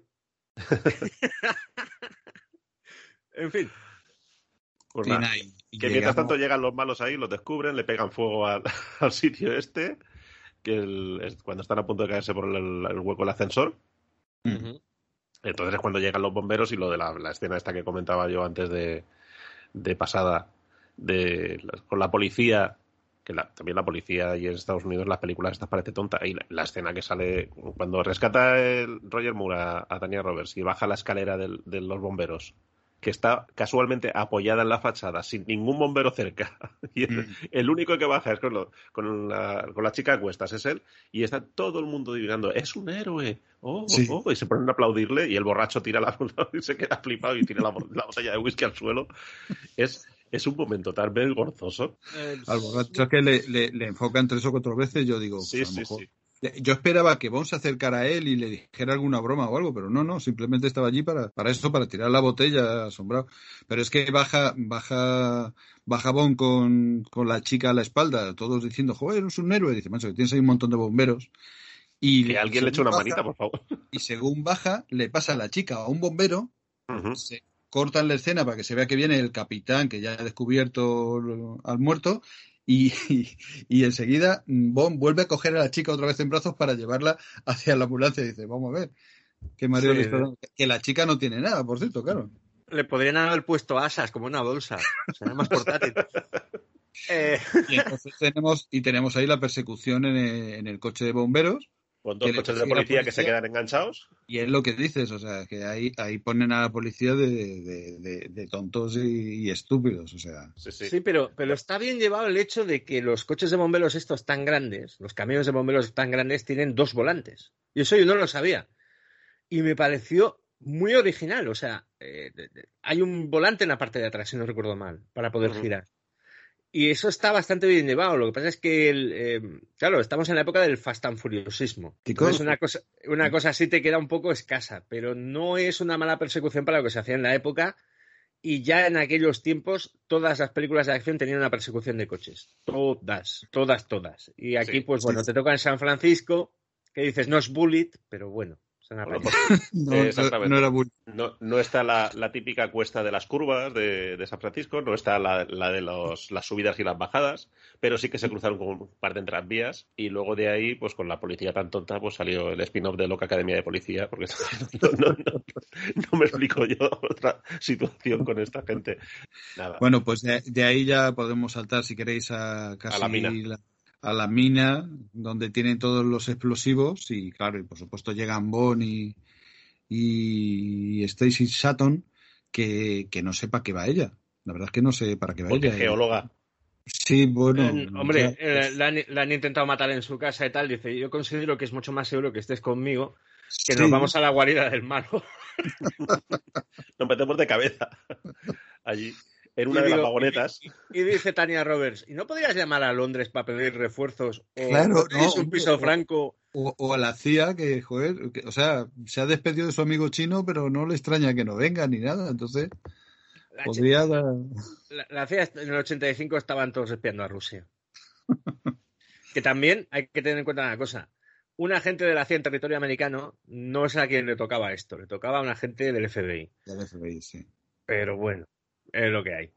En fin. Pues nada, y, y que llegamos... mientras tanto llegan los malos ahí, los descubren, le pegan fuego al, al sitio este, que el, es cuando están a punto de caerse por el, el hueco del ascensor. Uh-huh. Entonces es cuando llegan los bomberos y lo de la, la escena esta que comentaba yo antes de, de pasada, de con la policía, que la, también la policía y en Estados Unidos las películas estas parece tonta, y la, la escena que sale cuando rescata el Roger Moore a, a Tanya Roberts y baja la escalera del, de los bomberos, que está casualmente apoyada en la fachada sin ningún bombero cerca, y el, mm. el único que baja es con, lo, con, la, con la chica a cuestas, es él, y está todo el mundo adivinando, es un héroe, oh, sí. oh, y se ponen a aplaudirle y el borracho tira la y se queda flipado y tira la, la botella de whisky al suelo. Es Es un momento tan vergonzoso. Eh, Al borracho es que le, le, le enfocan tres o cuatro veces. Yo digo, sí, pues a sí, lo mejor. Sí. Yo esperaba que Bond se acercara a él y le dijera alguna broma o algo, pero no, no, simplemente estaba allí para, para eso, para tirar la botella, asombrado. Pero es que baja, baja, baja Bond con, con la chica a la espalda, todos diciendo, joder, eres un héroe. Dice, macho, que tienes ahí un montón de bomberos. Y que alguien le eche una baja, manita, por favor. Y según baja, le pasa a la chica a un bombero, uh-huh. se cortan la escena para que se vea que viene el capitán, que ya ha descubierto al muerto, y, y, y enseguida Bond vuelve a coger a la chica otra vez en brazos para llevarla hacia la ambulancia y dice, vamos a ver, que Mario sí, le está dando... que la chica no tiene nada, por cierto, claro. Le podrían haber puesto asas como una bolsa, será más portátil. eh... Y entonces tenemos, y tenemos ahí la persecución en el, en el coche de bomberos, Con dos que le coches de persigue la policía que se policía. quedan enganchados. Y es lo que dices, o sea, que ahí, ahí ponen a la policía de, de, de, de tontos y, y estúpidos, o sea. Sí, sí. Sí, pero, pero está bien llevado el hecho de que los coches de bomberos estos tan grandes, los camiones de bomberos tan grandes, tienen dos volantes. Y eso yo no lo sabía. Y me pareció muy original. O sea, eh, de- de- hay un volante en la parte de atrás, si no recuerdo mal, para poder Ujú. girar. Y eso está bastante bien llevado. Lo que pasa es que, el, eh, claro, estamos en la época del fast and furiosismo. Entonces una cosa, una cosa así te queda un poco escasa, pero no es una mala persecución para lo que se hacía en la época. Y ya en aquellos tiempos todas las películas de acción tenían una persecución de coches. Todas, todas, todas. Y aquí, Sí, pues sí. bueno, te toca en San Francisco, que dices, no es Bullet, pero bueno, se han Bueno, apañado. pues, No, eh, no- exactamente. no era bull. No, no está la, la típica cuesta de las curvas de, de San Francisco, no está la, la de los, las subidas y las bajadas, pero sí que se cruzaron con un par de tranvías y luego de ahí, pues con la policía tan tonta, pues salió el spin-off de Loca Academia de Policía, porque no, no, no, no me explico yo otra situación con esta gente. Nada. Bueno, pues de, de ahí ya podemos saltar, si queréis, a casi A la mina. la- a la mina, donde tienen todos los explosivos y, claro, y por supuesto llegan Bond y, y Stacy Sutton, que, que no sé para qué va ella. La verdad es que no sé para qué va Porque ella. geóloga. Sí, bueno. Eh, hombre, ya, eh, pues, la, han, la han intentado matar en su casa y tal. Dice, yo considero que es mucho más seguro que estés conmigo, que sí. nos vamos a la guarida del malo. Nos metemos de cabeza allí, en una Y de las digo, vagonetas. Y, y dice Tania Roberts, ¿y no podrías llamar a Londres para pedir refuerzos? O Claro, ¿no tenéis no, un piso o- franco? O, o a la C I A, que, joder, que- o sea, se ha despedido de su amigo chino, pero no le extraña que no venga ni nada. Entonces, La, podría dar. la, la C I A en el ochenta y cinco estaban todos espiando a Rusia. Que también hay que tener en cuenta una cosa. Un agente de la C I A en territorio americano no es a quien le tocaba esto, le tocaba a un agente del F B I. Del F B I, sí. Pero bueno, es lo que hay.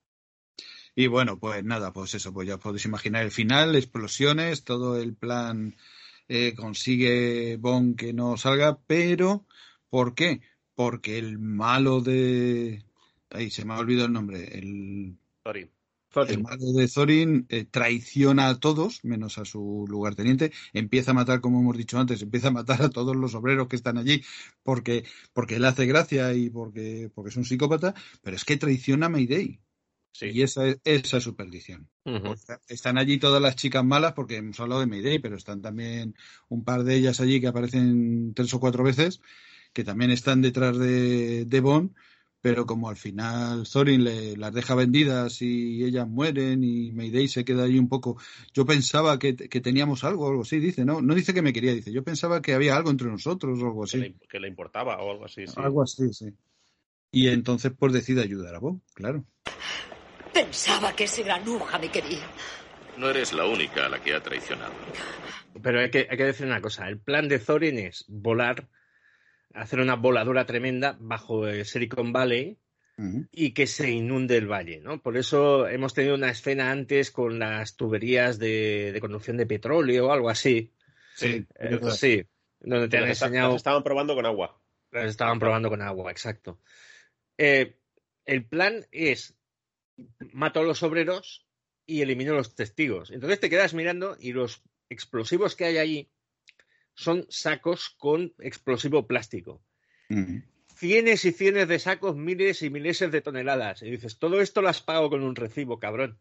Y bueno, pues nada, pues eso, pues ya os podéis imaginar el final, explosiones, todo el plan eh, consigue Bond que no salga, pero ¿por qué? Porque el malo de... Ahí se me ha olvidado el nombre, el... Sorry. El malo de Thorin eh, traiciona a todos, menos a su lugarteniente, empieza a matar, como hemos dicho antes, empieza a matar a todos los obreros que están allí porque, porque le hace gracia y porque, porque es un psicópata, pero es que traiciona a Mayday. Sí. Y esa es, esa es su perdición. Uh-huh. Están allí todas las chicas malas, porque hemos hablado de Mayday, pero están también un par de ellas allí que aparecen tres o cuatro veces, que también están detrás de, de Bond, pero como al final Thorin le, las deja vendidas y ellas mueren y Mayday se queda ahí un poco... Yo pensaba que, que teníamos algo, algo así, dice, ¿no? No dice que me quería, dice, yo pensaba que había algo entre nosotros o algo Que así. le, que le importaba o algo así. Sí. Algo así, sí. Y entonces pues decide ayudar a Bond, claro. Pensaba que ese granuja me quería. No eres la única a la que ha traicionado. Pero hay que, hay que decir una cosa, el plan de Thorin es volar, hacer una voladura tremenda bajo el Silicon Valley Uh-huh. y que se inunde el valle, ¿no? Por eso hemos tenido una escena antes con las tuberías de, de conducción de petróleo o algo así. Sí, Eh, sí, donde te han las, esta- enseñado... las estaban probando con agua. Las estaban probando con agua, exacto. Eh, el plan es mato a los obreros y elimino los testigos. Entonces te quedas mirando y los explosivos que hay allí son sacos con explosivo plástico. Uh-huh. Cienes y cienes de sacos, miles y miles de toneladas. Y dices, todo esto lo has pagado con un recibo, cabrón.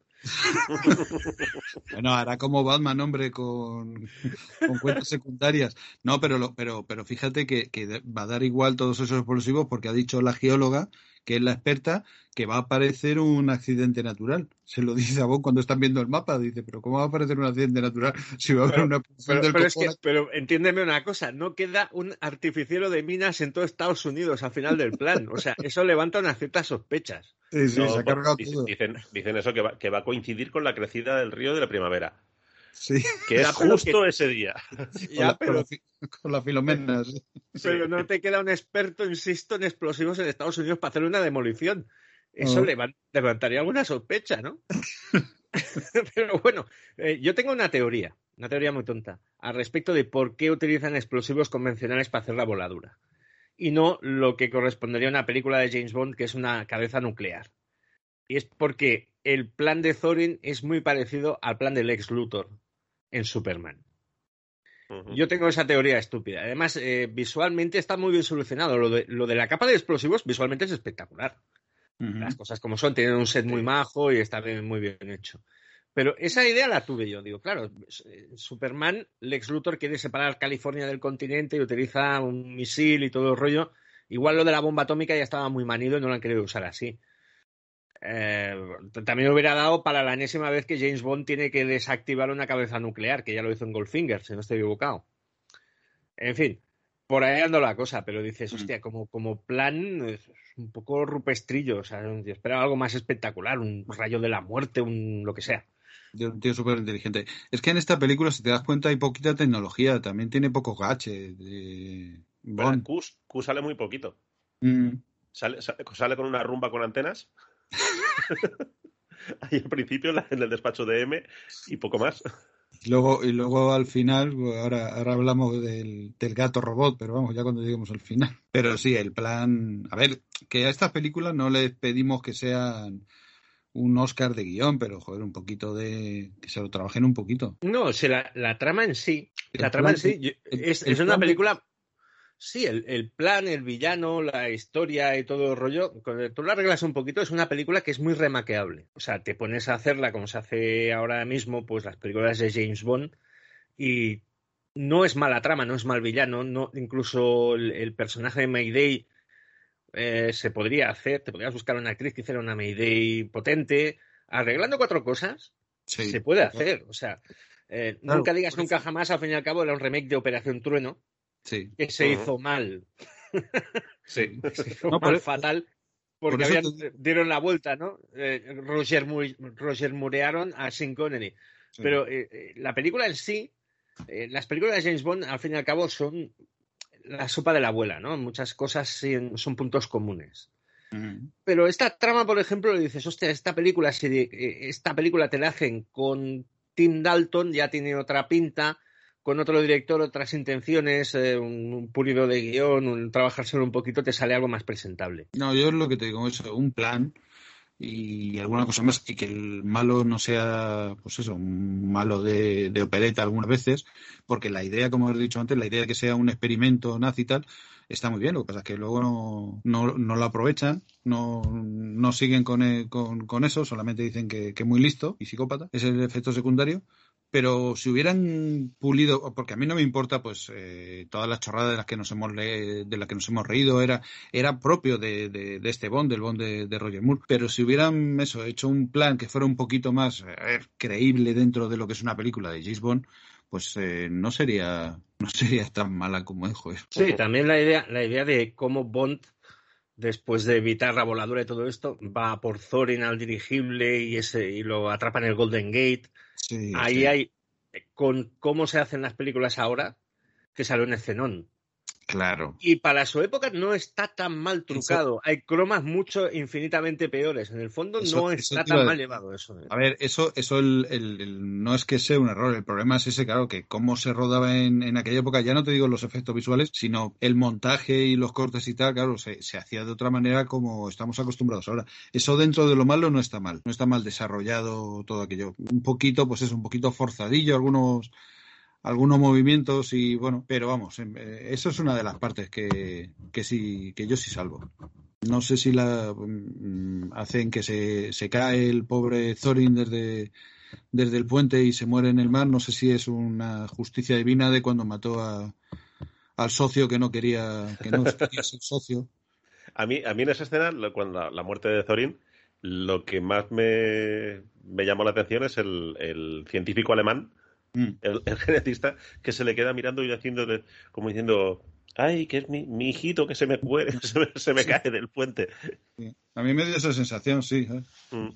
Bueno, hará como Batman, hombre, con, con cuentas secundarias. No, pero lo, pero, pero fíjate que, que va a dar igual todos esos explosivos porque ha dicho la geóloga, que es la experta, que va a aparecer un accidente natural. Se lo dice a vos cuando están viendo el mapa. Dice, pero ¿cómo va a aparecer un accidente natural si va a haber Pero, una explosión pero, del pero es que, copón? pero entiéndeme una cosa, no queda un artificiero de minas en todo Estados Unidos al final del plan. O sea, eso levanta unas ciertas sospechas. Sí, sí, No, se ha cargado dicen, todo. dicen, dicen eso, que va, que va a coincidir con la crecida del río de la primavera. Sí. Que Ya, es pero justo que- ese día. Con Ya, la, con pero, la fi- con la filomena, sí. pero no te queda un experto, insisto, en explosivos en Estados Unidos para hacer una demolición. Eso Oh. levan- levantaría alguna sospecha, ¿no? Pero bueno, eh, yo tengo una teoría, una teoría muy tonta, al respecto de por qué utilizan explosivos convencionales para hacer la voladura. Y no lo que correspondería a una película de James Bond, que es una cabeza nuclear. Y es porque el plan de Thorin es muy parecido al plan de Lex Luthor en Superman. Uh-huh. Yo tengo esa teoría estúpida. Además, eh, visualmente está muy bien solucionado. Lo de, lo de la capa de explosivos visualmente es espectacular. Uh-huh. Las cosas como son, tienen un set muy majo y está bien, muy bien hecho. Pero esa idea la tuve yo. Digo, claro, Superman, Lex Luthor quiere separar California del continente y utiliza un misil y todo el rollo. Igual lo de la bomba atómica ya estaba muy manido y no lo han querido usar así. Eh, también hubiera dado para la enésima vez que James Bond tiene que desactivar una cabeza nuclear, que ya lo hizo en Goldfinger, si no estoy equivocado. En fin, por ahí ando la cosa, pero dices, hostia, como, como plan es un poco rupestrillo, o sea, esperaba algo más espectacular, un rayo de la muerte, un lo que sea. Un tío súper inteligente. Es que en esta película, si te das cuenta, hay poquita tecnología, también tiene pocos gaches. De... Bueno, Q, Q sale muy poquito. Mm. Sale, sale, sale con una rumba con antenas. Ahí al principio en el despacho de M y poco más. Y luego, y luego al final, ahora, ahora hablamos del, del gato robot, pero vamos, ya cuando lleguemos al final. Pero sí, el plan... A ver, que a estas películas no les pedimos que sean un Oscar de guión, pero joder, un poquito de... que se lo trabajen un poquito. No, o sea, la, la trama en sí, el la trama plan, en sí yo, el, es, el es una película... De... Sí, el, el plan, el villano, la historia y todo el rollo, cuando tú lo arreglas un poquito, es una película que es muy remaqueable. O sea, te pones a hacerla como se hace ahora mismo, pues las películas de James Bond, y no es mala trama, no es mal villano, no, incluso el, el personaje de Mayday eh, se podría hacer, te podrías buscar una actriz que hiciera una Mayday potente, arreglando cuatro cosas, sí, se puede hacer. O sea, eh, claro, nunca digas nunca jamás, al fin y al cabo era un remake de Operación Trueno. Sí. Que se uh-huh. hizo mal. Sí. Se hizo no, mal, por, fatal, porque por habían, te... dieron la vuelta, ¿no? Eh, Roger, Roger Murearon a Sean Connery. Sí. Pero eh, la película en sí, eh, las películas de James Bond, al fin y al cabo, son la sopa de la abuela, ¿no? Muchas cosas sí, son puntos comunes. Uh-huh. Pero esta trama, por ejemplo, le dices, hostia, esta película, si esta película te la hacen con Tim Dalton, ya tiene otra pinta, con otro director, otras intenciones, eh, un, un pulido de guión, un trabajárselo un poquito, te sale algo más presentable. No, yo es lo que te digo, eso, un plan y alguna cosa más, y que el malo no sea, pues eso, un malo de, de opereta algunas veces, porque la idea, como he dicho antes, la idea de que sea un experimento nazi y tal, está muy bien, lo que pasa es que luego no, no, no lo aprovechan, no, no siguen con, el, con, con eso, solamente dicen que, que es muy listo y psicópata, es el efecto secundario. Pero si hubieran pulido, porque a mí no me importa, pues eh, todas las chorradas de las que nos hemos le, de las que nos hemos reído era era propio de, de, de este Bond, del Bond de, de Roger Moore. Pero si hubieran eso hecho un plan que fuera un poquito más eh, creíble dentro de lo que es una película de James Bond, pues eh, no sería no sería tan mala como es, joder. Sí, también la idea la idea de cómo Bond, después de evitar la voladura y todo esto, va por Thorin al dirigible y ese y lo atrapa en el Golden Gate. Sí, Ahí sí. hay, con cómo se hacen las películas ahora, que salió en el Xenón. Claro. Y para su época no está tan mal trucado. Eso... Hay cromas mucho, infinitamente peores. En el fondo eso, no está tan mal llevado eso. ¿eh? A ver, eso eso el, el, el, no es que sea un error. El problema es ese, claro, que cómo se rodaba en, en aquella época, ya no te digo los efectos visuales, sino el montaje y los cortes y tal, claro, se, se hacía de otra manera como estamos acostumbrados ahora. Eso dentro de lo malo no está mal. No está mal desarrollado todo aquello. Un poquito, pues es un poquito forzadillo, algunos... algunos movimientos y bueno, pero vamos, eh, eso es una de las partes que, que sí, que yo sí salvo. No sé si la mm, hacen que se, se cae el pobre Thorin desde, desde el puente y se muere en el mar, no sé si es una justicia divina de cuando mató a, al socio que no quería, que no quería ser socio. A mí, a mí en esa escena, cuando la, la muerte de Thorin, lo que más me, me llamó la atención es el, el científico alemán, Mm. El, el genetista, que se le queda mirando y haciéndole como diciendo, ay, que es mi, mi hijito que se me muere, se me, se me sí. cae del puente. Sí. A mí me dio esa sensación, sí. ¿eh? Mm.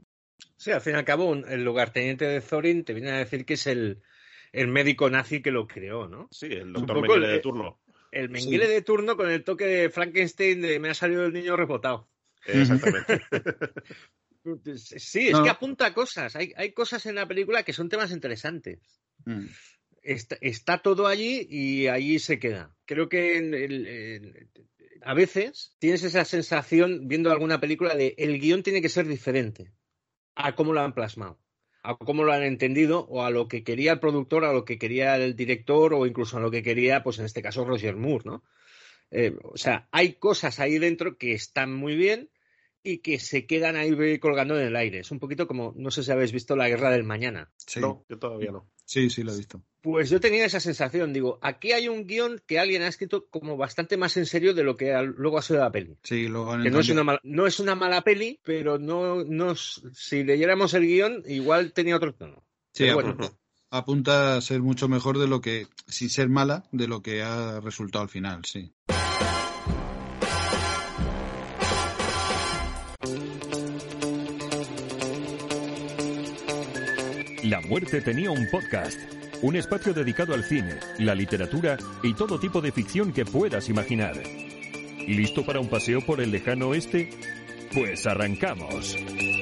Sí, al fin y al cabo, un, el lugarteniente de Thorin te viene a decir que es el, el médico nazi que lo creó, ¿no? Sí, el doctor Mengele de turno. El Mengele sí. de turno con el toque de Frankenstein de me ha salido el niño rebotado. Exactamente. Sí, es no. que apunta cosas. Hay, hay cosas en la película que son temas interesantes. Mm. Está, está todo allí y allí se queda. Creo que en el, en, a veces tienes esa sensación viendo alguna película de el guión tiene que ser diferente a cómo lo han plasmado. a cómo lo han entendido o a lo que quería el productor, a lo que quería el director o incluso a lo que quería, pues en este caso, Roger Moore, ¿no? Eh, o sea, hay cosas ahí dentro que están muy bien y que se quedan ahí colgando en el aire. Es un poquito como, no sé si habéis visto La Guerra del Mañana. Sí. No, yo todavía no. Sí, sí, lo he visto. Pues yo tenía esa sensación, digo, aquí hay un guión que alguien ha escrito como bastante más en serio de lo que ha, luego ha sido la peli. Sí, luego han que no es, una mala, no es una mala peli, pero no, no si leyéramos el guión, igual tenía otro tono. Sí, pero bueno. apunta, apunta a ser mucho mejor de lo que, sin ser mala, de lo que ha resultado al final, sí. La muerte tenía un podcast, un espacio dedicado al cine, la literatura y todo tipo de ficción que puedas imaginar. ¿Listo para un paseo por el lejano oeste? Pues arrancamos.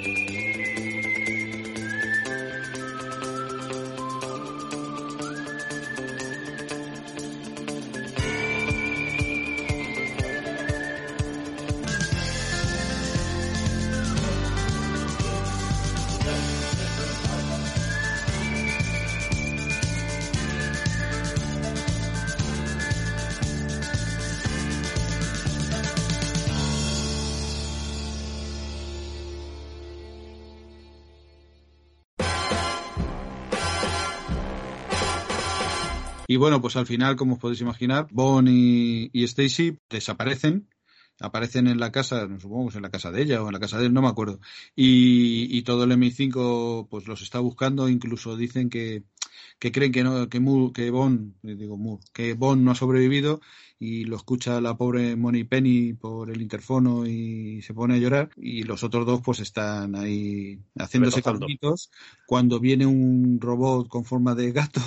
Y bueno, pues al final, como os podéis imaginar, Bond y, y Stacy desaparecen, aparecen en la casa, no supongo que en la casa de ella o en la casa de él, no me acuerdo. Y, y todo el eme i cinco pues los está buscando, incluso dicen que, que creen que no, que, Moore, que Bond, digo Moore, que Bond no ha sobrevivido, y lo escucha la pobre Moneypenny por el interfono y se pone a llorar, y los otros dos pues están ahí haciéndose carnitos cuando viene un robot con forma de gato.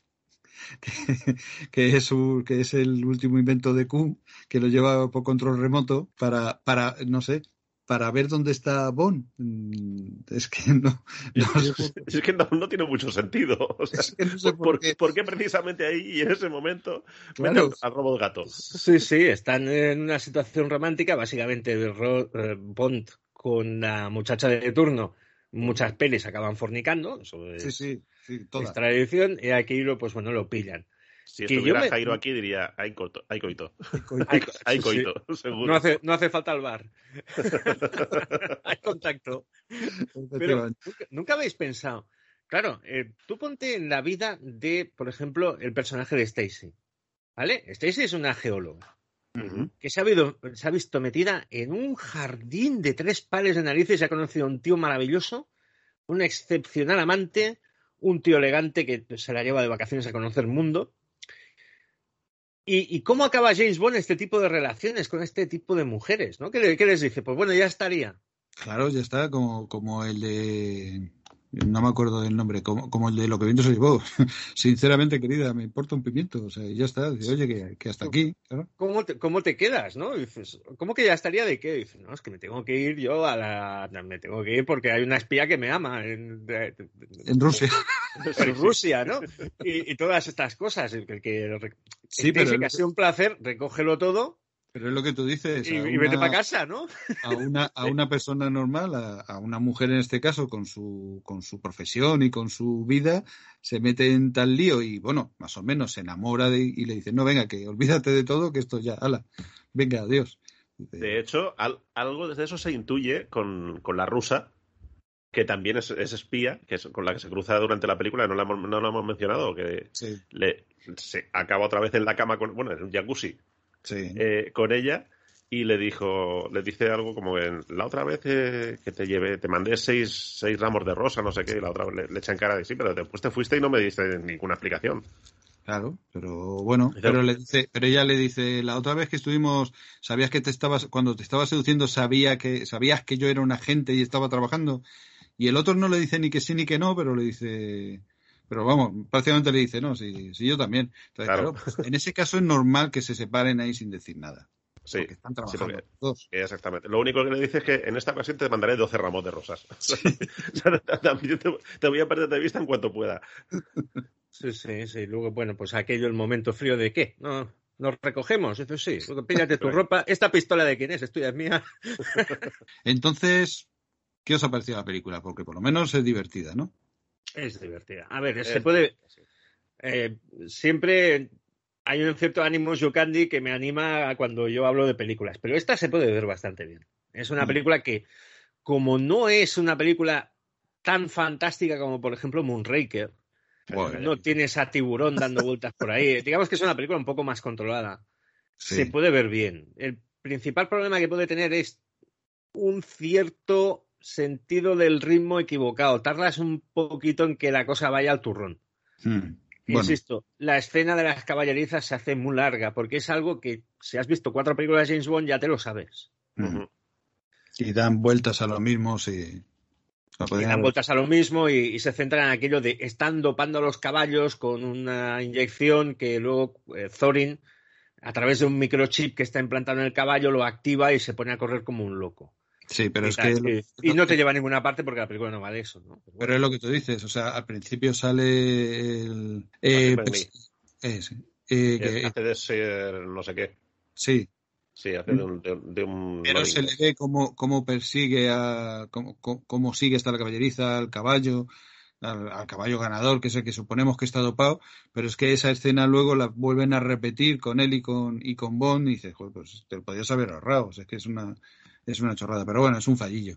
Que, que, es un, que es el último invento de Q, que lo lleva por control remoto para, para no sé, para ver dónde está Bond. Es que no... no es, es que no, no tiene mucho sentido. O sea, es que no sé por, por, qué. ¿Por qué precisamente ahí y en ese momento claro. meten al robot gato? Sí, sí, están en una situación romántica, básicamente eh, Bond con la muchacha de turno. Muchas pelis acaban fornicando, eso es, sí, sí, sí, es tradición, y aquí lo, pues bueno, lo pillan. Si estuviera me... Jairo aquí diría, hay coito, hay coito, hay, hay coito, sí. Seguro. No hace, no hace falta el bar. Hay contacto. Pero nunca, nunca habéis pensado, claro, eh, tú ponte en la vida de, por ejemplo, el personaje de Stacy, ¿vale? Stacy es una geóloga. Uh-huh. Que se ha, visto, se ha visto metida en un jardín de tres pares de narices y ha conocido a un tío maravilloso, un excepcional amante, un tío elegante que se la lleva de vacaciones a conocer el mundo. ¿Y, y cómo acaba James Bond este tipo de relaciones con este tipo de mujeres? ¿No? ¿Qué, le, qué les dice? Pues bueno, ya estaría. Claro, ya está, como, como el de... No me acuerdo del nombre, como, como el de Lo que viento se llevó. Sinceramente, querida, me importa un pimiento. O sea, ya está. Dice, oye, que, que hasta aquí. Claro. ¿Cómo, te, ¿Cómo te quedas, no? Dices, ¿cómo que ya estaría de qué? Dices, no, es que me tengo que ir yo a la... Me tengo que ir porque hay una espía que me ama en, de, de, en Rusia. En Rusia, ¿no? Y, y todas estas cosas. El que, que, sí, que, pero que ha sido un placer, recógelo todo. Pero es lo que tú dices. Y, y vete para casa, ¿no? A una, a una persona normal, a, a una mujer en este caso, con su, con su profesión y con su vida, se mete en tal lío y, bueno, más o menos se enamora de, y le dice, no, venga, que olvídate de todo, que esto ya, ala, venga, adiós. De hecho, al, algo desde eso se intuye con, con la rusa, que también es, es espía, que es con la que se cruza durante la película, no la hemos, no la hemos mencionado, que sí. le, se acaba otra vez en la cama, con, bueno, en un jacuzzi. Sí. Eh, con ella y le dijo, le dice algo como en, la otra vez eh, que te llevé, te mandé seis, seis ramos de rosa, no sé qué, y la otra vez le, le echan cara de sí, pero después te fuiste y no me diste ninguna explicación. Claro, pero bueno, pero le dice, pero ella le dice, la otra vez que estuvimos, sabías que te estabas, cuando te estaba seduciendo, sabía que, sabías que yo era un agente y estaba trabajando, y el otro no le dice ni que sí ni que no, pero le dice, pero vamos, prácticamente le dice, no, sí, sí yo también. Entonces, claro, claro pues, en ese caso es normal que se separen ahí sin decir nada. Sí, porque están trabajando sí, porque, todos. Exactamente. Lo único que le dice es que en esta ocasión te mandaré doce ramos de rosas. Sí. O sea, también te, te voy a perder de vista en cuanto pueda. Sí, sí, sí. Luego, bueno, pues aquello, el momento frío de ¿qué? No, nos recogemos. Eso sí, píllate tu ropa. ¿Esta pistola de quién es? ¿Es tuya, es mía? Entonces, ¿qué os ha parecido la película? Porque por lo menos es divertida, ¿no? Es divertida. A ver, Es se puede... Eh, siempre hay un cierto ánimo Yocandi que me anima cuando yo hablo de películas, pero esta se puede ver bastante bien. Es una Mm. película que, como no es una película tan fantástica como, por ejemplo, Moonraker, Bueno, no tienes a tiburón dando vueltas por ahí, digamos que es una película un poco más controlada, sí. se puede ver bien. El principal problema que puede tener es un cierto sentido del ritmo equivocado. Tardas un poquito en que la cosa vaya al turrón. Mm. Bueno, Insisto, la escena de las caballerizas se hace muy larga porque es algo que, si has visto cuatro películas de James Bond, ya te lo sabes. mm. Y dan vueltas a lo mismo, sí. Lo Y podrían dan haber- vueltas a lo mismo y, y se centran en aquello de están dopando a los caballos con una inyección que luego eh, Thorin, a través de un microchip que está implantado en el caballo, lo activa y se pone a correr como un loco. Sí, pero y, es tal, que... y- y no te lleva a ninguna parte porque la película no va de eso, ¿no? Pero Pero es lo que tú dices, o sea, al principio sale el... eh, Martin pues, eh, sí, eh, Que que- hace de ser no sé qué. sí, Sí, hace de un... De, de un pero se le ve cómo, cómo persigue a... Cómo, cómo- cómo sigue hasta la caballeriza, al caballo, al, al caballo ganador, que es el que suponemos que está dopado, pero es que esa escena luego la vuelven a repetir con él y con, y con Bond y dices, joder, pues te lo podías haber ahorrado, o sea, es que es una, es una chorrada, pero bueno, es un fallillo.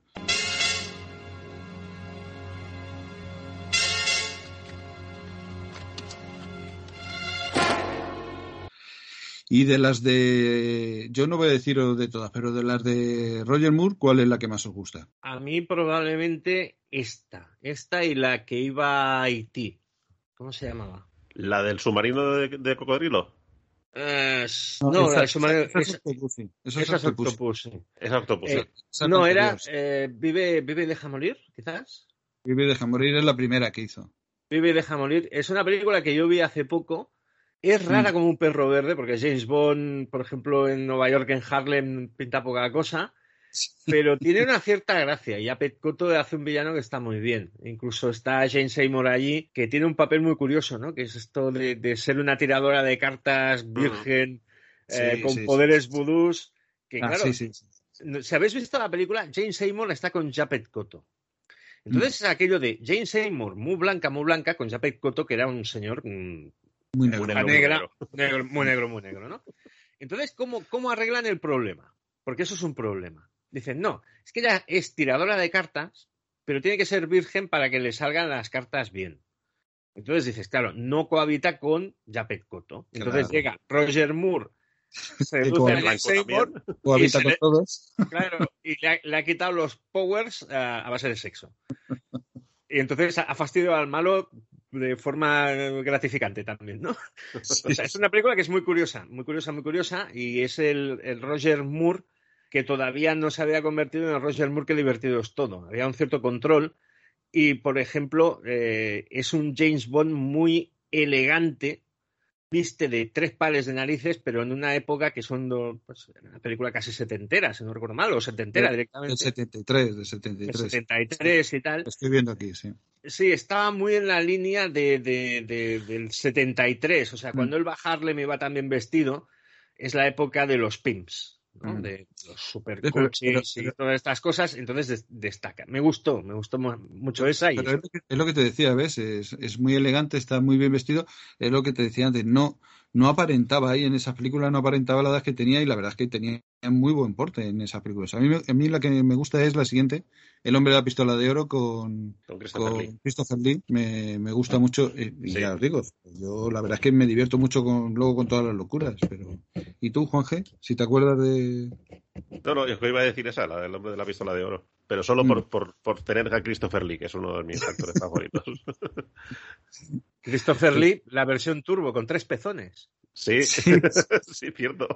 Y de las de... Yo no voy a deciros de todas, pero de las de Roger Moore, ¿cuál es la que más os gusta? a mí probablemente esta, esta y la que iba a Haití. ¿Cómo se llamaba? ¿La del submarino de, de cocodrilo? Eh, no, la del submarino- esa es esa- Octopussy. Esa es esa es Octopussy. Octopussy. Es Octopus. Eh, Esa no, es era anterior. eh, Vive, Vive y deja morir, quizás. Vive y deja morir es la primera que hizo. Vive y deja morir. Es una película que yo vi hace poco. Es rara Mm. como un perro verde, porque James Bond, por ejemplo, en Nueva York, en Harlem, pinta poca cosa. Pero tiene una cierta gracia. Y Apet Kotto hace un villano que está muy bien. Incluso está Jane Seymour allí, que tiene un papel muy curioso, ¿no? Que es esto de, de ser una tiradora de cartas virgen, Sí, eh, con sí, sí, poderes sí. vudús. Que Ah, claro, sí, sí, sí. si habéis visto la película, Jane Seymour está con Japet Kotto. Entonces es aquello de Jane Seymour, muy blanca, muy blanca, con Japet Kotto, que era un señor mm, Muy negro. oreja negra, negro, muy negro, muy negro, ¿no? Entonces, ¿cómo, ¿cómo arreglan el problema? Porque eso es un problema. Dicen, no, es que ella es tiradora de cartas, pero tiene que ser virgen para que le salgan las cartas bien. Entonces dices, claro, no cohabita con Japet Kotto. Entonces Claro. llega Roger Moore, seduce con a Jane Seymour, Cohabita y se con le- todos. claro, y le ha, le ha quitado los powers a, a base de sexo. Y entonces ha, ha fastidiado al malo de forma gratificante también, ¿no? O sea, es una película que es muy curiosa, muy curiosa, muy curiosa, y es el, el Roger Moore que todavía no se había convertido en el Roger Moore que divertido es todo. Había un cierto control y, por ejemplo, eh, es un James Bond muy elegante, viste de tres pares de narices, pero en una época que son do- pues, una película casi setentera, si no recuerdo mal, o setentera Del directamente. setenta y tres, del setenta y Del tres. setenta y tres y tal. Estoy viendo aquí, sí. Sí, estaba muy en la línea de, de- de- del setenta y tres. O sea, Mm. cuando él va a Harlem y va tan bien vestido, es la época de los pimps, ¿no? Mm. De los pero- supercoches pero- y todas estas cosas. Entonces des- destaca. Me gustó, me gustó mu- mucho esa y Pero eso. es lo, que, es lo que te decía, ¿ves? Es, es muy elegante, está muy bien vestido. Es lo que te decía antes. No, no aparentaba ahí en esas películas, no aparentaba la edad que tenía y la verdad es que tenía muy buen porte en esas películas. A mí, me- a mí la que me gusta es la siguiente, El hombre de la pistola de oro con, Con Christopher con Lee. Christopher Lee. Me, me gusta mucho eh, y Sí. ya os digo, yo la verdad es que me divierto mucho con luego con todas las locuras. Pero ¿y tú, Juan G? Si te acuerdas de... No, no, yo iba a decir esa, la del hombre de la pistola de oro. Pero solo Mm. por, por, por tener a Christopher Lee, que es uno de mis actores favoritos. Christopher Lee, la versión turbo con tres pezones. Sí, Sí. sí, cierto.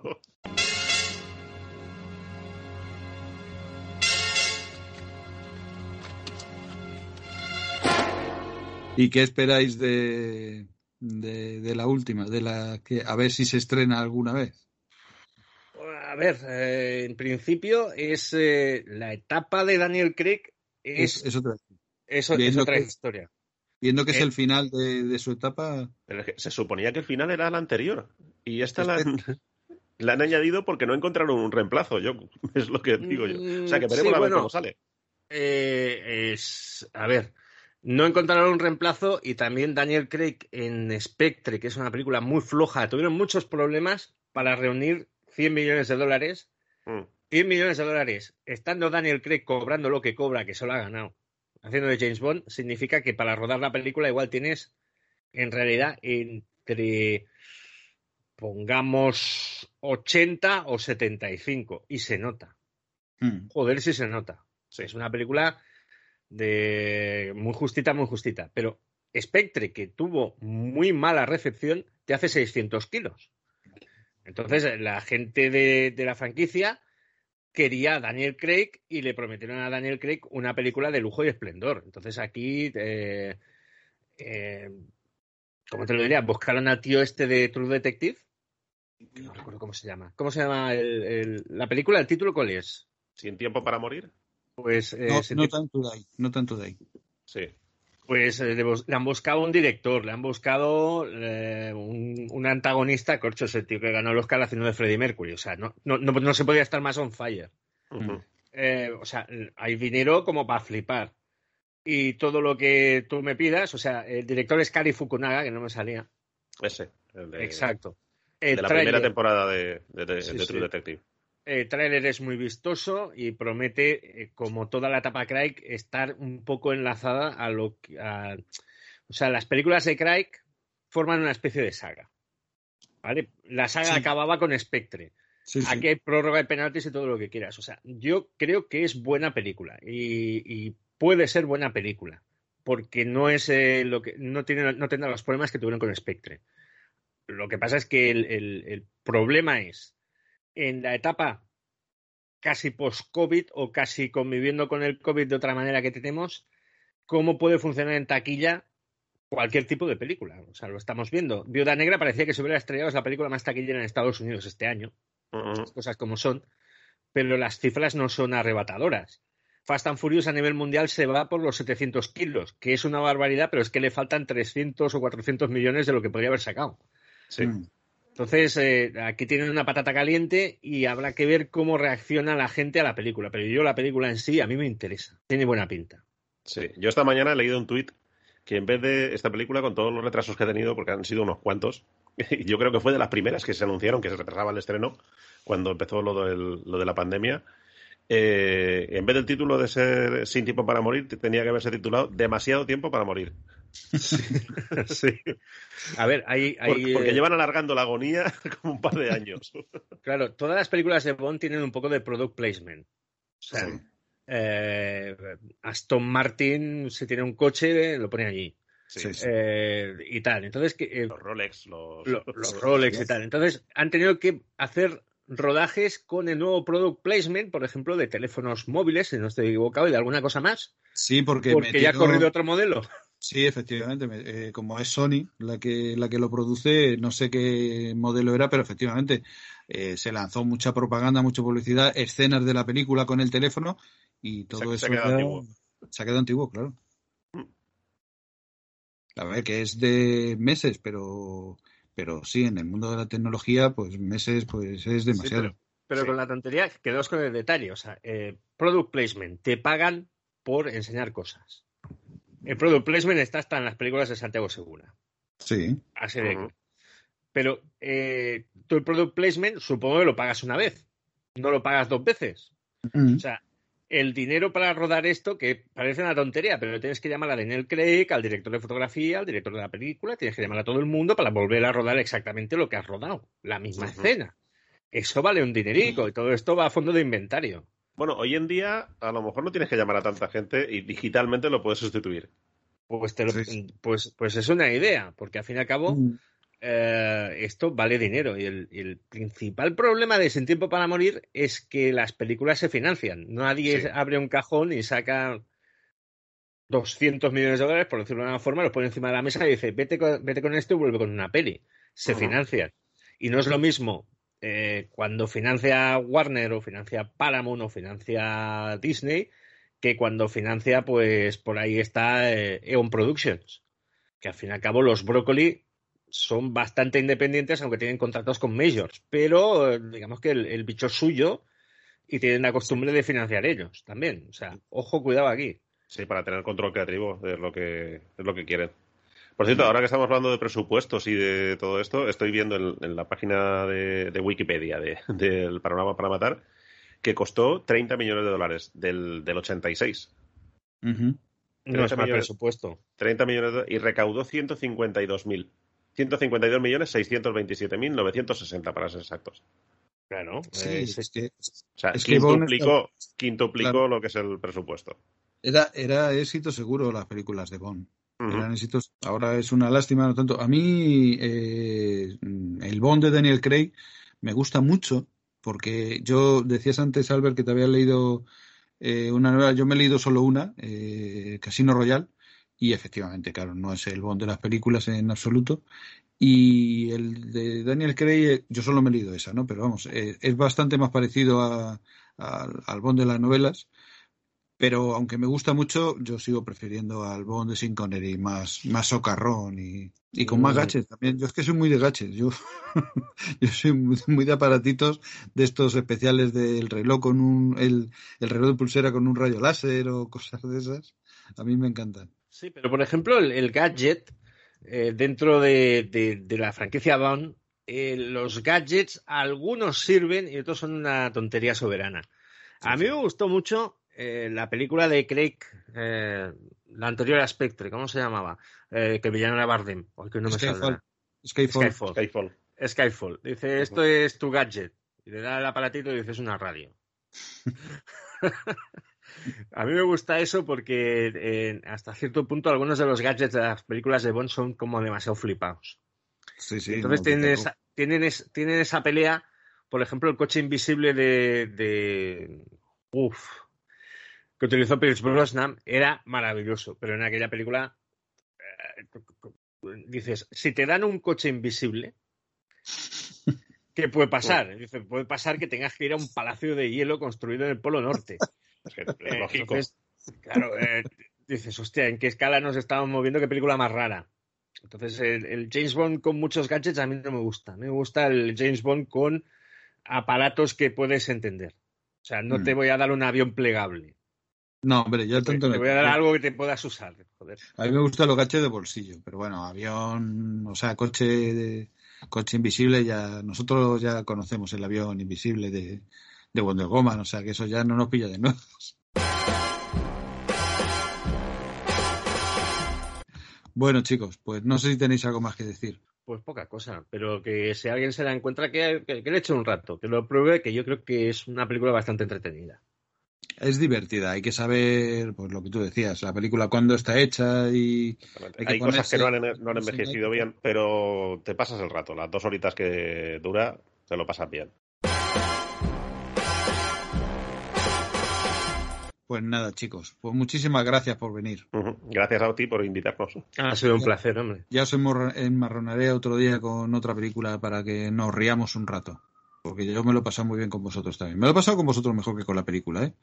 ¿Y qué esperáis de, de, de la última? De la que a ver si se estrena alguna vez. A ver, eh, en principio es eh, la etapa de Daniel Craig es, Es, es otra, eso- es viendo otra que- historia. viendo que es Eh, el final de, de su etapa. Pero es que se suponía que el final era la anterior. Y esta la Este- han, la han añadido porque no encontraron un reemplazo. Yo Es lo que digo yo. O sea, que Mm, veremos sí, a ver bueno. cómo sale. Eh, es, a ver, no encontraron un reemplazo y también Daniel Craig en Spectre, que es una película muy floja. Tuvieron muchos problemas para reunir cien millones de dólares. Mm. cien millones de dólares, estando Daniel Craig cobrando lo que cobra, que solo ha ganado, haciendo de James Bond, significa que para rodar la película igual tienes, en realidad, entre, pongamos, ochenta o setenta y cinco. Y se nota. Mm. Joder, sí se nota. Sí, es una película de muy justita, muy justita. Pero Spectre, que tuvo muy mala recepción, te hace seiscientos kilos. Entonces, la gente de, de la franquicia quería a Daniel Craig y le prometieron a Daniel Craig una película de lujo y esplendor. Entonces, aquí, eh, eh, ¿cómo te lo diría? Buscaron al tío este de True Detective. No recuerdo cómo se llama. ¿Cómo se llama el, el, la película? ¿El título cuál es? ¿Sin tiempo para morir? Pues eh, No, se no te- Time to Die, no Time to Die. Sí. Pues eh, le, bus- le han buscado un director, le han buscado eh, un, un antagonista, corcho, ese tío que ganó el Oscar haciendo de Freddie Mercury. O sea, no, no, no, no se podía estar más on fire. Ujú. Eh, o sea, hay dinero como para flipar. Y todo lo que tú me pidas, o sea, el director es Kari Fukunaga, que no me salía. Ese. El de, Exacto. de El la tráiler- primera temporada de, de, de- Sí, de True sí. Detective. El tráiler es muy vistoso y promete, eh, como toda la etapa Craig, estar un poco enlazada a lo que... a- o sea, las películas de Craig forman una especie de saga. ¿Vale? La saga Sí. acababa con Spectre. Sí, sí. Aquí hay prórroga de penaltis y todo lo que quieras. O sea, yo creo que es buena película y, y puede ser buena película porque no es eh, lo que no tiene no tendrá los problemas que tuvieron con Spectre. Lo que pasa es que el, el- el problema es en la etapa casi post-COVID o casi conviviendo con el COVID de otra manera que tenemos, cómo puede funcionar en taquilla cualquier tipo de película. O sea, lo estamos viendo. Viuda Negra parecía que se hubiera estrellado, es la película más taquillera en Estados Unidos este año. Ujú. Las cosas como son. Pero las cifras no son arrebatadoras. Fast and Furious a nivel mundial se va por los setecientos kilos, que es una barbaridad, pero es que le faltan trescientos o cuatrocientos millones de lo que podría haber sacado. Sí. Mm. Entonces, eh, aquí tienen una patata caliente y habrá que ver cómo reacciona la gente a la película. Pero yo la película en sí a mí me interesa. Tiene buena pinta. Sí. Yo esta mañana he leído un tuit que en vez de esta película, con todos los retrasos que ha tenido, porque han sido unos cuantos, yo creo que fue de las primeras que se anunciaron que se retrasaba el estreno cuando empezó lo, del, lo de la pandemia, eh, en vez del título de ser Sin tiempo para morir, tenía que haberse titulado Demasiado tiempo para morir. Sí. A ver, hay... hay Por- porque eh, llevan alargando la agonía como un par de años. Claro, todas las películas de Bond tienen un poco de product placement. O sea, Sí. eh, Aston Martin, si tiene un coche, lo pone allí. Sí, sí. Eh, y tal. Entonces, que, eh, Los Rolex, los, lo- los Rolex y tal. Entonces, han tenido que hacer rodajes con el nuevo product placement, por ejemplo, de teléfonos móviles, si no estoy equivocado, y de alguna cosa más. Sí, porque, Porque ya ha metieron- corrido otro modelo. Sí, efectivamente. me- eh, como es Sony la que, la que lo produce, no sé qué modelo era, pero efectivamente eh, se lanzó mucha propaganda, mucha publicidad, escenas de la película con el teléfono y todo Se- eso se ha quedado ya- antiguo. se ha quedado antiguo, claro. A ver, que es de meses, pero pero sí, en el mundo de la tecnología, pues meses pues es demasiado. Sí, Pero Sí. con la tontería, quedaos con el detalle. O sea, eh, product placement, te pagan por enseñar cosas. El product placement está hasta en las películas de Santiago Segura. Sí. Así de Ujú. claro. Pero eh, tú el product placement supongo que lo pagas una vez. No lo pagas dos veces. Mm. O sea, el dinero para rodar esto, que parece una tontería, pero tienes que llamar a Daniel Craig, al director de fotografía, al director de la película, tienes que llamar a todo el mundo para volver a rodar exactamente lo que has rodado. La misma Ujú. escena. Eso vale un dinerico y todo esto va a fondo de inventario. Bueno, hoy en día a lo mejor no tienes que llamar a tanta gente y digitalmente lo puedes sustituir. Pues, te lo- Sí. pues, pues es una idea, porque al fin y al cabo Mm. eh, esto vale dinero. Y el, y el principal problema de Sin Tiempo para Morir es que las películas se financian. Nadie Sí. abre un cajón y saca doscientos millones de dólares, por decirlo de alguna forma, los pone encima de la mesa y dice, vete con, vete con esto y vuelve con una peli. Se Ujú. financian. Y no es lo mismo eh, cuando financia Warner o financia Paramount o financia Disney que cuando financia, pues por ahí está eh, Eon Productions. Que al fin y al cabo los Brócoli son bastante independientes, aunque tienen contratos con majors. Pero eh, digamos que el, el bicho es suyo y tienen la costumbre de financiar ellos también. O sea, ojo, cuidado aquí. Sí, para tener control creativo es lo que es lo que quieren. Por cierto, ahora que estamos hablando de presupuestos y de todo esto, estoy viendo en, en la página de, de Wikipedia de, del Panorama para Matar que costó treinta millones de dólares del, del ochenta y seis. Uh-huh. No es mal millones, presupuesto. treinta millones de, y recaudó ciento cincuenta y dos mil. ciento cincuenta y dos millones seiscientos veintisiete mil novecientos sesenta para ser exactos. Claro. Sí, eh, es que, o sea, es quintuplicó, que está, quintuplicó claro, lo que es el presupuesto. Era, era éxito seguro las películas de Bond. Uh-huh. Eran éxitos. Ahora es una lástima, no tanto. A mí, eh, el Bond de Daniel Craig me gusta mucho, porque yo decías antes, Albert, que te había leído eh, una novela. Yo me he leído solo una, eh, Casino Royale, y efectivamente, claro, no es el Bond de las películas en absoluto. Y el de Daniel Craig, yo solo me he leído esa, ¿no? Pero vamos, eh, es bastante más parecido a, a, al Bond de las novelas. Pero aunque me gusta mucho, yo sigo prefiriendo al Bond de Sean Connery, más, más socarrón y, y con más gadgets también. Yo es que soy muy de gadgets. Yo, yo soy muy, muy de aparatitos de estos especiales del reloj con un, el, el reloj de pulsera con un rayo láser o cosas de esas. A mí me encantan. Sí, pero por ejemplo, el, el gadget, eh, dentro de, de, de la franquicia Bond, eh, los gadgets, algunos sirven y otros son una tontería soberana. A mí me gustó mucho eh, la película de Craig, eh, la anterior a Spectre, ¿cómo se llamaba? Eh, que villano era Bardem. Porque no me Skyfall. Skyfall. Skyfall. Skyfall. Skyfall. Dice, esto es tu gadget. Y le da el aparatito y dice, es una radio. A mí me gusta eso porque eh, hasta cierto punto algunos de los gadgets de las películas de Bond son como demasiado flipados. Sí, sí. Entonces no, tienen, esa, tienen, es, tienen esa pelea, por ejemplo, el coche invisible de... de uf, que utilizó Pierce Brosnan era maravilloso, pero en aquella película eh, dices, si te dan un coche invisible, ¿qué puede pasar? Dice, puede pasar que tengas que ir a un palacio de hielo construido en el Polo Norte. Es que es lógico. Entonces, claro, eh, dices, hostia, ¿en qué escala nos estamos moviendo? ¿Qué película más rara? Entonces, el, el James Bond con muchos gadgets a mí no me gusta. Me gusta el James Bond con aparatos que puedes entender. O sea, no mm. te voy a dar un avión plegable. No, hombre, ya te, tanto... Te voy a dar algo que te puedas usar, joder. A mí me gustan los gadgets de bolsillo, pero bueno, avión, o sea, coche de, coche invisible, ya nosotros ya conocemos el avión invisible de, de Wonder Woman, o sea, que eso ya no nos pilla de nuevo. Bueno, chicos, pues no sé si tenéis algo más que decir. Pues poca cosa, pero que si alguien se la encuentra, que, que, que le eche un rato, que lo pruebe, que yo creo que es una película bastante entretenida. Es divertida, hay que saber, pues lo que tú decías, la película cuándo está hecha y... Hay, hay cosas que no han, no han envejecido bien, pero te pasas el rato, las dos horitas que dura, te lo pasas bien. Pues nada, chicos, pues muchísimas gracias por venir. Uh-huh. Gracias a ti por invitarnos. Ha sido un placer, hombre. Ya os enmarronaré otro día con otra película para que nos riamos un rato. Porque yo me lo he pasado muy bien con vosotros también. Me lo he pasado con vosotros mejor que con la película, ¿eh?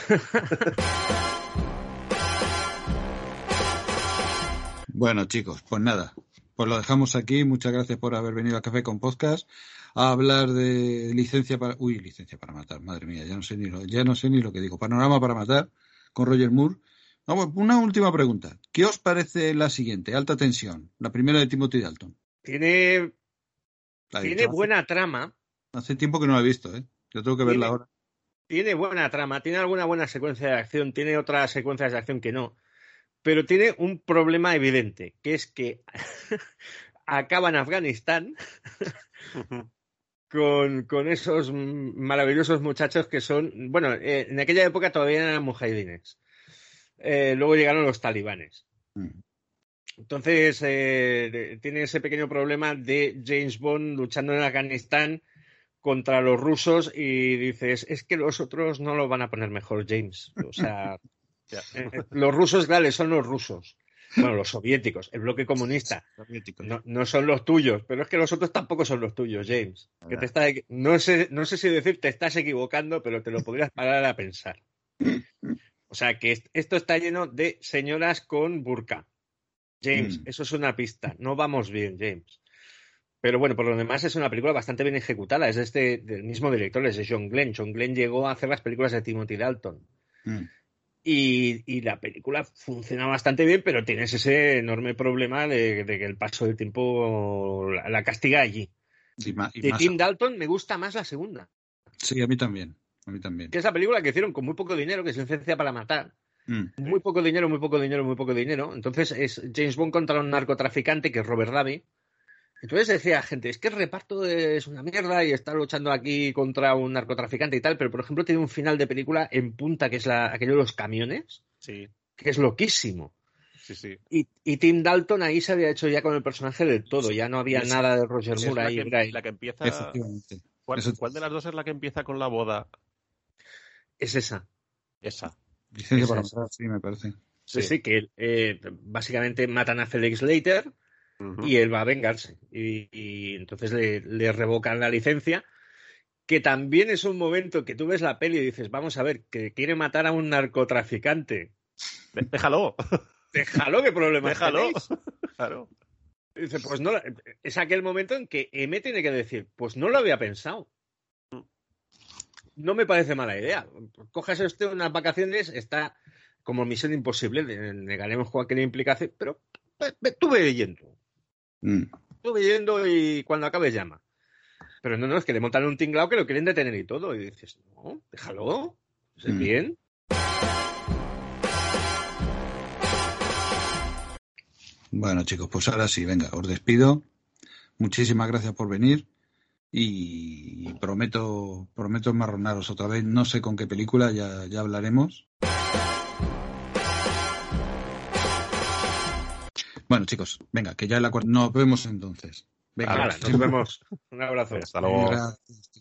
Bueno, chicos, pues nada. Pues lo dejamos aquí. Muchas gracias por haber venido a Café con Podcast a hablar de licencia para... Uy, licencia para matar. Madre mía, ya no sé ni lo, ya no sé ni lo que digo. Panorama para matar con Roger Moore. Vamos, una última pregunta. ¿Qué os parece la siguiente? Alta tensión. La primera de Timothy Dalton. Tiene, tiene buena trama. Hace tiempo que no la he visto, ¿eh? Yo tengo que verla ahora. Tiene buena trama, tiene alguna buena secuencia de acción, tiene otras secuencias de acción que no, pero tiene un problema evidente, que es que acaba en Afganistán con, con esos maravillosos muchachos que son, bueno, eh, en aquella época todavía eran mujahidines, eh, luego llegaron los talibanes. Mm. Entonces eh, tiene ese pequeño problema de James Bond luchando en Afganistán contra los rusos y dices, es que los otros no lo van a poner mejor, James. O sea, eh, los rusos, claro, son los rusos. Bueno, los soviéticos, el bloque comunista. No, no son los tuyos, pero es que los otros tampoco son los tuyos, James. Que te está, no sé, no sé si decir te estás equivocando, pero te lo podrías parar a pensar. O sea, que esto está lleno de señoras con burka. James, mm. eso es una pista. No vamos bien, James. Pero bueno, por lo demás es una película bastante bien ejecutada. Es de este, del mismo director, es de John Glenn. John Glenn llegó a hacer las películas de Timothy Dalton. Mm. Y, y la película funciona bastante bien, pero tienes ese enorme problema de, de que el paso del tiempo la, la castiga allí. Y ma- y de más- Tim Dalton me gusta más la segunda. Sí, a mí también. A mí también. Que es la película que hicieron con muy poco dinero, que es Licencia para Matar. Mm. Muy poco dinero, muy poco dinero, muy poco dinero. Entonces es James Bond contra un narcotraficante que es Robert Davi. Entonces decía gente, es que el reparto es una mierda y está luchando aquí contra un narcotraficante y tal, pero por ejemplo tiene un final de película en punta, que es la, aquello de los camiones, Sí, que es loquísimo. sí, sí. Y, y Tim Dalton ahí se había hecho ya con el personaje del todo, Sí. ya no había Es- nada de Roger Es Moore la ahí. que, era ahí. la que empieza... Efectivamente. ¿Cuál, Eso- cuál de las dos es la que empieza con la boda? Es esa. Esa. Licencia Esa para es. matar, sí, me parece. Sí, sí, que eh, básicamente matan a Felix Slater Ujú. y él va a vengarse. Y, y entonces le, le revocan la licencia, que también es un momento que tú ves la peli y dices, vamos a ver, que quiere matar a un narcotraficante. De- Déjalo. Déjalo, ¿qué problema Déjalo. tenéis? Claro. Y dice, pues no, es aquel momento en que M tiene que decir, pues no lo había pensado. No me parece mala idea. Cojas usted unas vacaciones, está como Misión Imposible, le- negaremos cualquier implicación, pero ve- ve- tú ve leyendo. Mm. Tú ve leyendo y cuando acabes llama. Pero no, no, es que le montan un tinglao que lo quieren detener y todo. Y dices, no, déjalo, es Mm. bien. Bueno, chicos, pues ahora sí, venga, os despido. Muchísimas gracias por venir. Y prometo, prometo enmarronaros otra vez. No sé con qué película, ya, ya hablaremos. Bueno, chicos, venga, que ya en la cuarta. Nos vemos entonces. Venga, Hala, nos vemos. Un abrazo. Hasta luego. Gracias.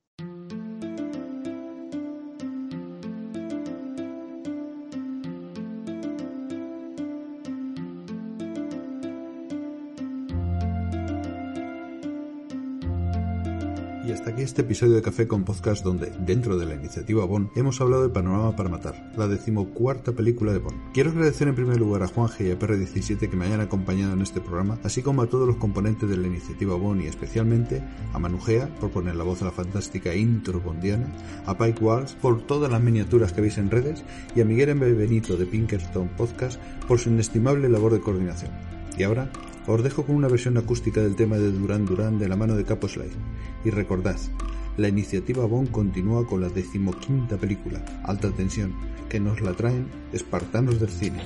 Y hasta aquí este episodio de Café con Podcast, donde, dentro de la iniciativa Bond, hemos hablado de Panorama para Matar, la decimocuarta película de Bond. Quiero agradecer en primer lugar a Juanje y a P R diecisiete que me hayan acompañado en este programa, así como a todos los componentes de la iniciativa Bond y especialmente a Manujea por poner la voz a la fantástica intro bondiana, a Pike Walsh por todas las miniaturas que veis en redes y a Miguel M. Benito de Pinkerton Podcast por su inestimable labor de coordinación. Y ahora os dejo con una versión acústica del tema de Duran Duran de la mano de Capo Slide. Y recordad, la iniciativa Bond continúa con la decimoquinta película, Alta Tensión, que nos la traen espartanos del cine.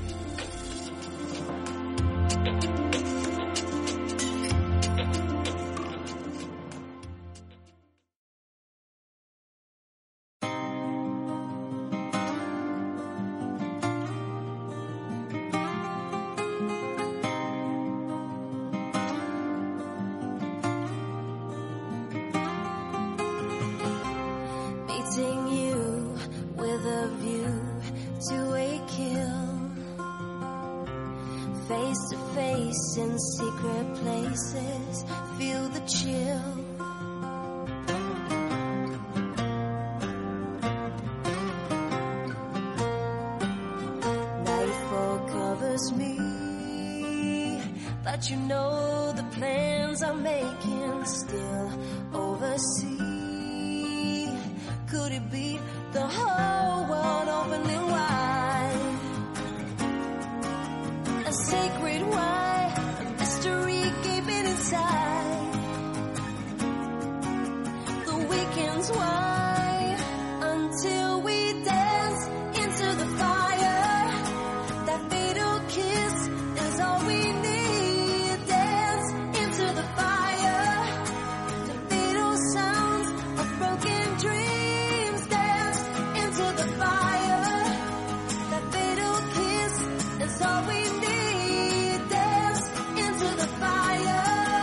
Meeting you with a view to a kill. Face to face in secret places, feel the chill. Nightfall covers me, but you know the plans I'm making still oversee. Could it be the whole world opening wide? A sacred why, a mystery gaping inside. The weekend's why, until we dance into the fire. That fatal kiss is all we need. Dance into the fire. The fatal sounds of broken dreams. Dance into the fire. That fatal kiss is all we need. Dance into the fire.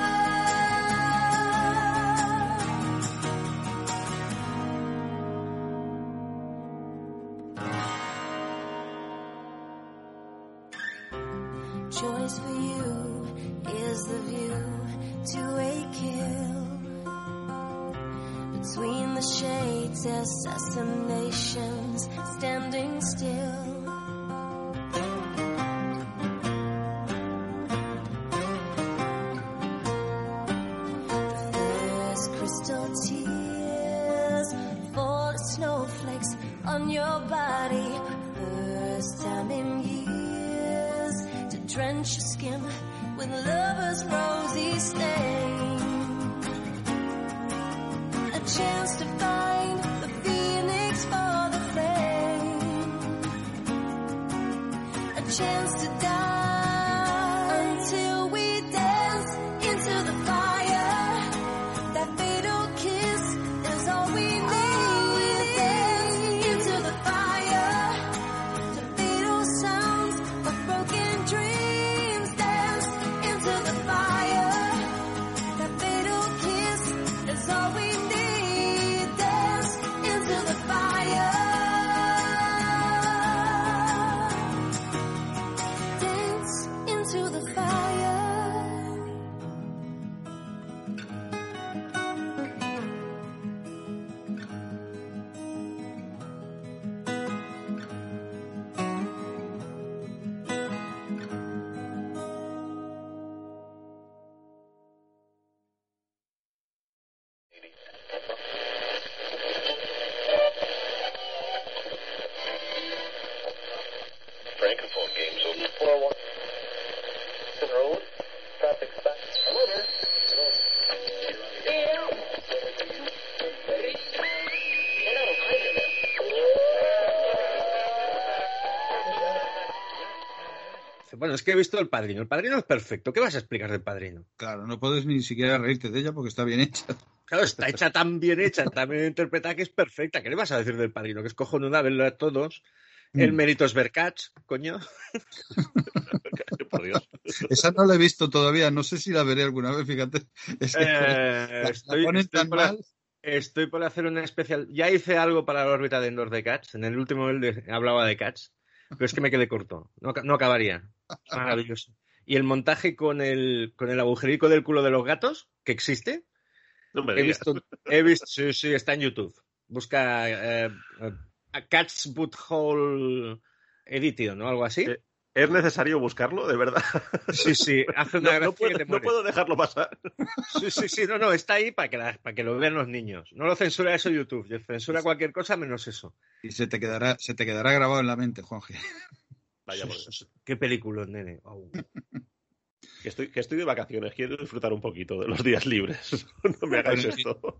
Choice for you is the view to a kill. Between the shades, assassinations standing still. There's crystal tears fall as snowflakes on your body. first time in years to drench your skin with lover's rosy stain. A chance to find the phoenix for the flame. A chance to die until we dance into the fire. That fatal kiss is all we need. Dance into the fire. The fatal sounds of broken dreams. Dance into the fire. That fatal kiss is all we need. Dance into the fire. Dance into the fire. Francophone games over. four one. Road. Traffic back. Motor. Bueno, es que he visto El Padrino. El Padrino es perfecto. ¿Qué vas a explicar del Padrino? Claro, no puedes ni siquiera reírte de ella porque está bien hecha. Claro, está hecha tan bien hecha, tan bien interpretada que es perfecta. ¿Qué le vas a decir del Padrino? Que es cojonuda verlo a todos. El Mm. mérito es ver Cats, coño. Por Dios. Esa no la he visto todavía, no sé si la veré alguna vez, fíjate. Es que Eh, la, la estoy, ponen estoy tan por, mal. estoy por hacer una especial. Ya hice algo para la órbita de Endor de Cats. En el último él de- hablaba de Cats. Pero es que me quedé corto. No, ac- no acabaría. Maravilloso. Y el montaje con el, con el agujerico del culo de los gatos, que existe. No me He digas. visto, he visto, sí, sí, está en YouTube. Busca eh, eh, a Cat's Butthole Edition o algo así. Eh, ¿Es necesario buscarlo, de verdad? Sí, sí, hace una No, gracia no puedo, que te no mueres. puedo dejarlo pasar. Sí, sí, sí, no, no, está ahí para que, la- para que lo vean los niños. No lo censura eso YouTube, censura cualquier cosa menos eso. Y se te quedará, se te quedará grabado en la mente, Juanje. Vaya por Dios. Qué película, nene. Au. Que estoy, que estoy de vacaciones, quiero disfrutar un poquito de los días libres. No me hagáis Bueno, esto.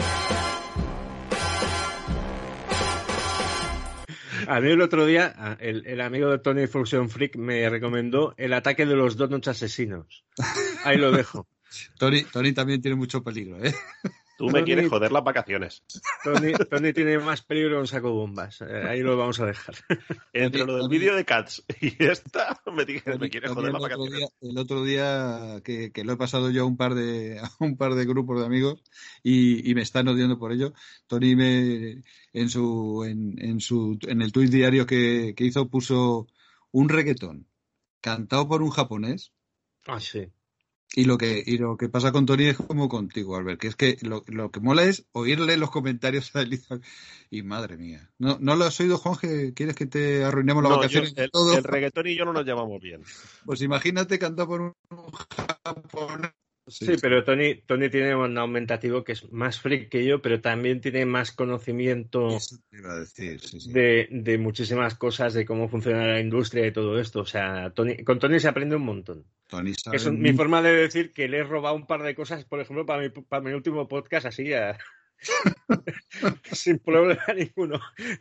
A mí el otro día, ah, el, el amigo de Tony Function Freak me recomendó El ataque de los donuts asesinos. Ahí lo dejo. Tony, Tony también tiene mucho peligro, ¿eh? Tú me Tony- quieres joder las vacaciones. Tony, Tony tiene más peligro que un saco bombas. Eh, ahí lo vamos a dejar. Entre lo del vídeo de Cats y esta, me, dije, me Tony- quieres Tony joder el las otro vacaciones. día, el otro día que, que lo he pasado yo a un par de a un par de grupos de amigos y, y me están odiando por ello. Tony me en su en, en su en el tuit diario que, que hizo puso un reggaetón cantado por un japonés. Ah, sí. Y lo que y lo que pasa con Tony es como contigo, Albert, que es que lo, lo que mola es oírle los comentarios a Elisa. Y madre mía. ¿No, no lo has oído, Juanje? ¿Quieres que te arruinemos las No, yo- vacaciones de el, todo? el reggaetón y yo no nos llevamos bien. Pues imagínate cantado por un japonés. Sí, pero Tony, Tony tiene un aumentativo que es más freak que yo, pero también tiene más conocimiento Eso te iba a decir, sí, sí. de, de muchísimas cosas, de cómo funciona la industria y todo esto. O sea, Tony, con Tony se aprende un montón. Tony sabe Es un- mucho. mi forma de decir que le he robado un par de cosas, por ejemplo, para mi, para mi último podcast, así, a- sin problema ninguno.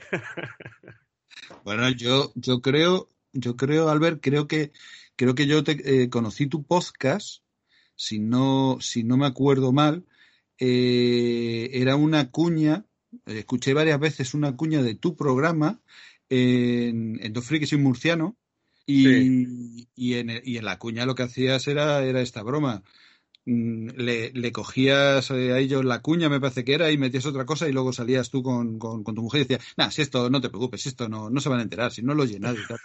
Bueno, yo, yo creo, yo creo, Albert, creo que creo que yo te eh, conocí tu podcast, si no, si no me acuerdo mal, eh, era una cuña, eh, escuché varias veces una cuña de tu programa en, en Dos Frikis y un Murciano, y, y, en, y en la cuña lo que hacías era, era esta broma. Mm, Le, le cogías eh, a ellos la cuña, me parece que era, y metías otra cosa y luego salías tú con, con, con tu mujer y decías, nah, si esto no te preocupes, si esto no, no se van a enterar, si no lo llenas y tal.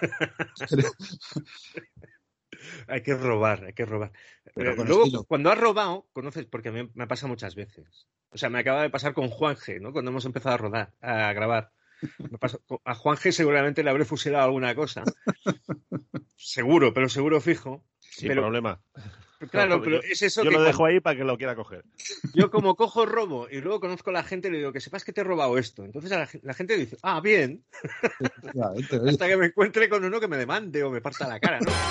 Hay que robar, hay que robar. Pero Eh, con Luego, estilo. cuando has robado, conoces, porque a mí me pasa muchas veces. O sea, me acaba de pasar con Juanje, ¿no? Cuando hemos empezado a rodar, a grabar. Me pasó- a Juanje seguramente le habré fusilado alguna cosa. Seguro, pero seguro fijo. Sin pero, problema. Claro, pero yo, es eso yo que lo dejo cuando- ahí para que lo quiera coger. Yo como cojo robo y luego conozco a la gente, le digo que sepas que te he robado esto. Entonces a la, la gente dice, ah, bien. Hasta que me encuentre con uno que me demande o me parta la cara, ¿no?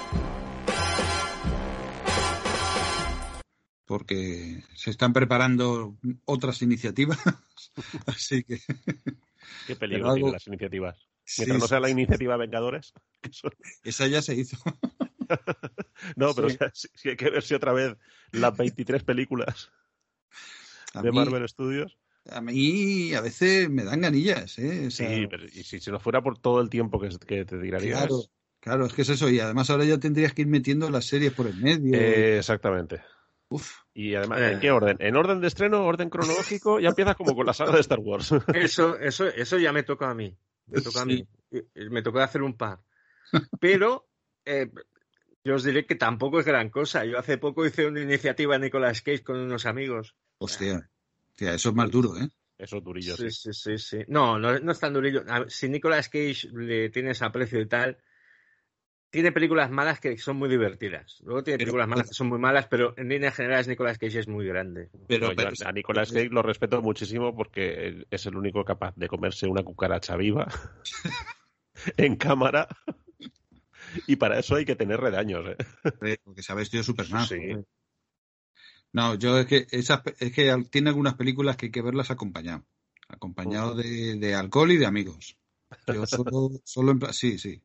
Porque se están preparando otras iniciativas, así que... Qué Pero peligro algo- tienen las iniciativas. Sí, Mientras no sí, sea la sí. iniciativa Vengadores. que son- Esa ya se hizo. No, pero Sí. o sea, sí, sí hay que ver si otra vez las veintitrés películas A de mí- Marvel Studios. A mí a veces me dan ganillas, ¿eh? O sea, Sí, pero y si, si no fuera por todo el tiempo que, que te tirarías. claro, claro, es que es eso. Y además ahora ya tendrías que ir metiendo las series por el medio. Eh, exactamente. Uf. Y además, Eh. ¿en qué orden? ¿En orden de estreno, orden cronológico? Ya empiezas como con la saga de Star Wars. Eso, eso, eso ya me toca a mí. Me toca a mí. Y- y Me tocó hacer un par. Pero eh, yo os diré que tampoco es gran cosa. Yo hace poco hice una iniciativa de Nicolas Cage con unos amigos. Hostia, hostia, eso es más duro, ¿eh? Eso es durillo, Sí, sí. sí, sí, sí. No, no, no es tan durillo. A ver, si Nicolas Cage le tienes aprecio y tal, tiene películas malas que son muy divertidas. Luego tiene Pero- películas malas que son muy malas, pero en líneas generales Nicolas Cage es muy grande. Pero, No, yo pero- a- a Nicolas Cage lo respeto muchísimo porque es el único capaz de comerse una cucaracha viva en cámara. Y para eso hay que tener redaños, ¿eh? porque se ha vestido Superman. Sí. joder. No, yo es que esas, pe- es que al- tiene algunas películas que hay que verlas acompañado. Acompañado de, de alcohol y de amigos. Yo solo, solo en pla- sí, sí.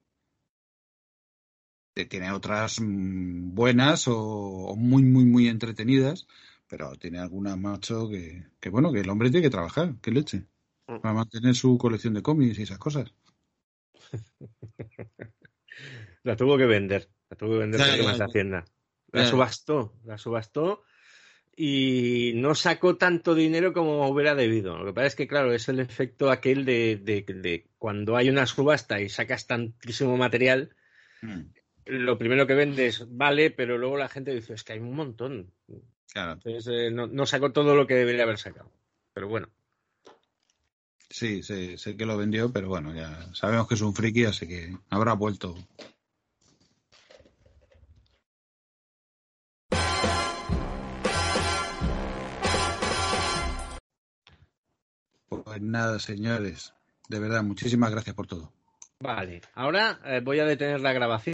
Eh, Tiene otras mm, buenas o, o muy, muy, muy entretenidas, pero tiene algunas, macho, que, que bueno, que el hombre tiene que trabajar, que leche. Para mantener su colección de cómics y esas cosas. La tuvo que vender. La tuvo que vender Ya, por ya, temas de ya. Hacienda. La Ya. subastó. La subastó y no sacó tanto dinero como hubiera debido. Lo que pasa es que, claro, es el efecto aquel de, de, de cuando hay una subasta y sacas tantísimo material, Mm, lo primero que vendes vale, pero luego la gente dice, es que hay un montón. claro. Entonces eh, no, no sacó todo lo que debería haber sacado. Pero bueno. Sí, sé, sé que lo vendió, pero bueno, ya sabemos que es un friki, así que habrá vuelto. Pues nada, señores. De verdad, muchísimas gracias por todo. Vale. Ahora eh, voy a detener la grabación.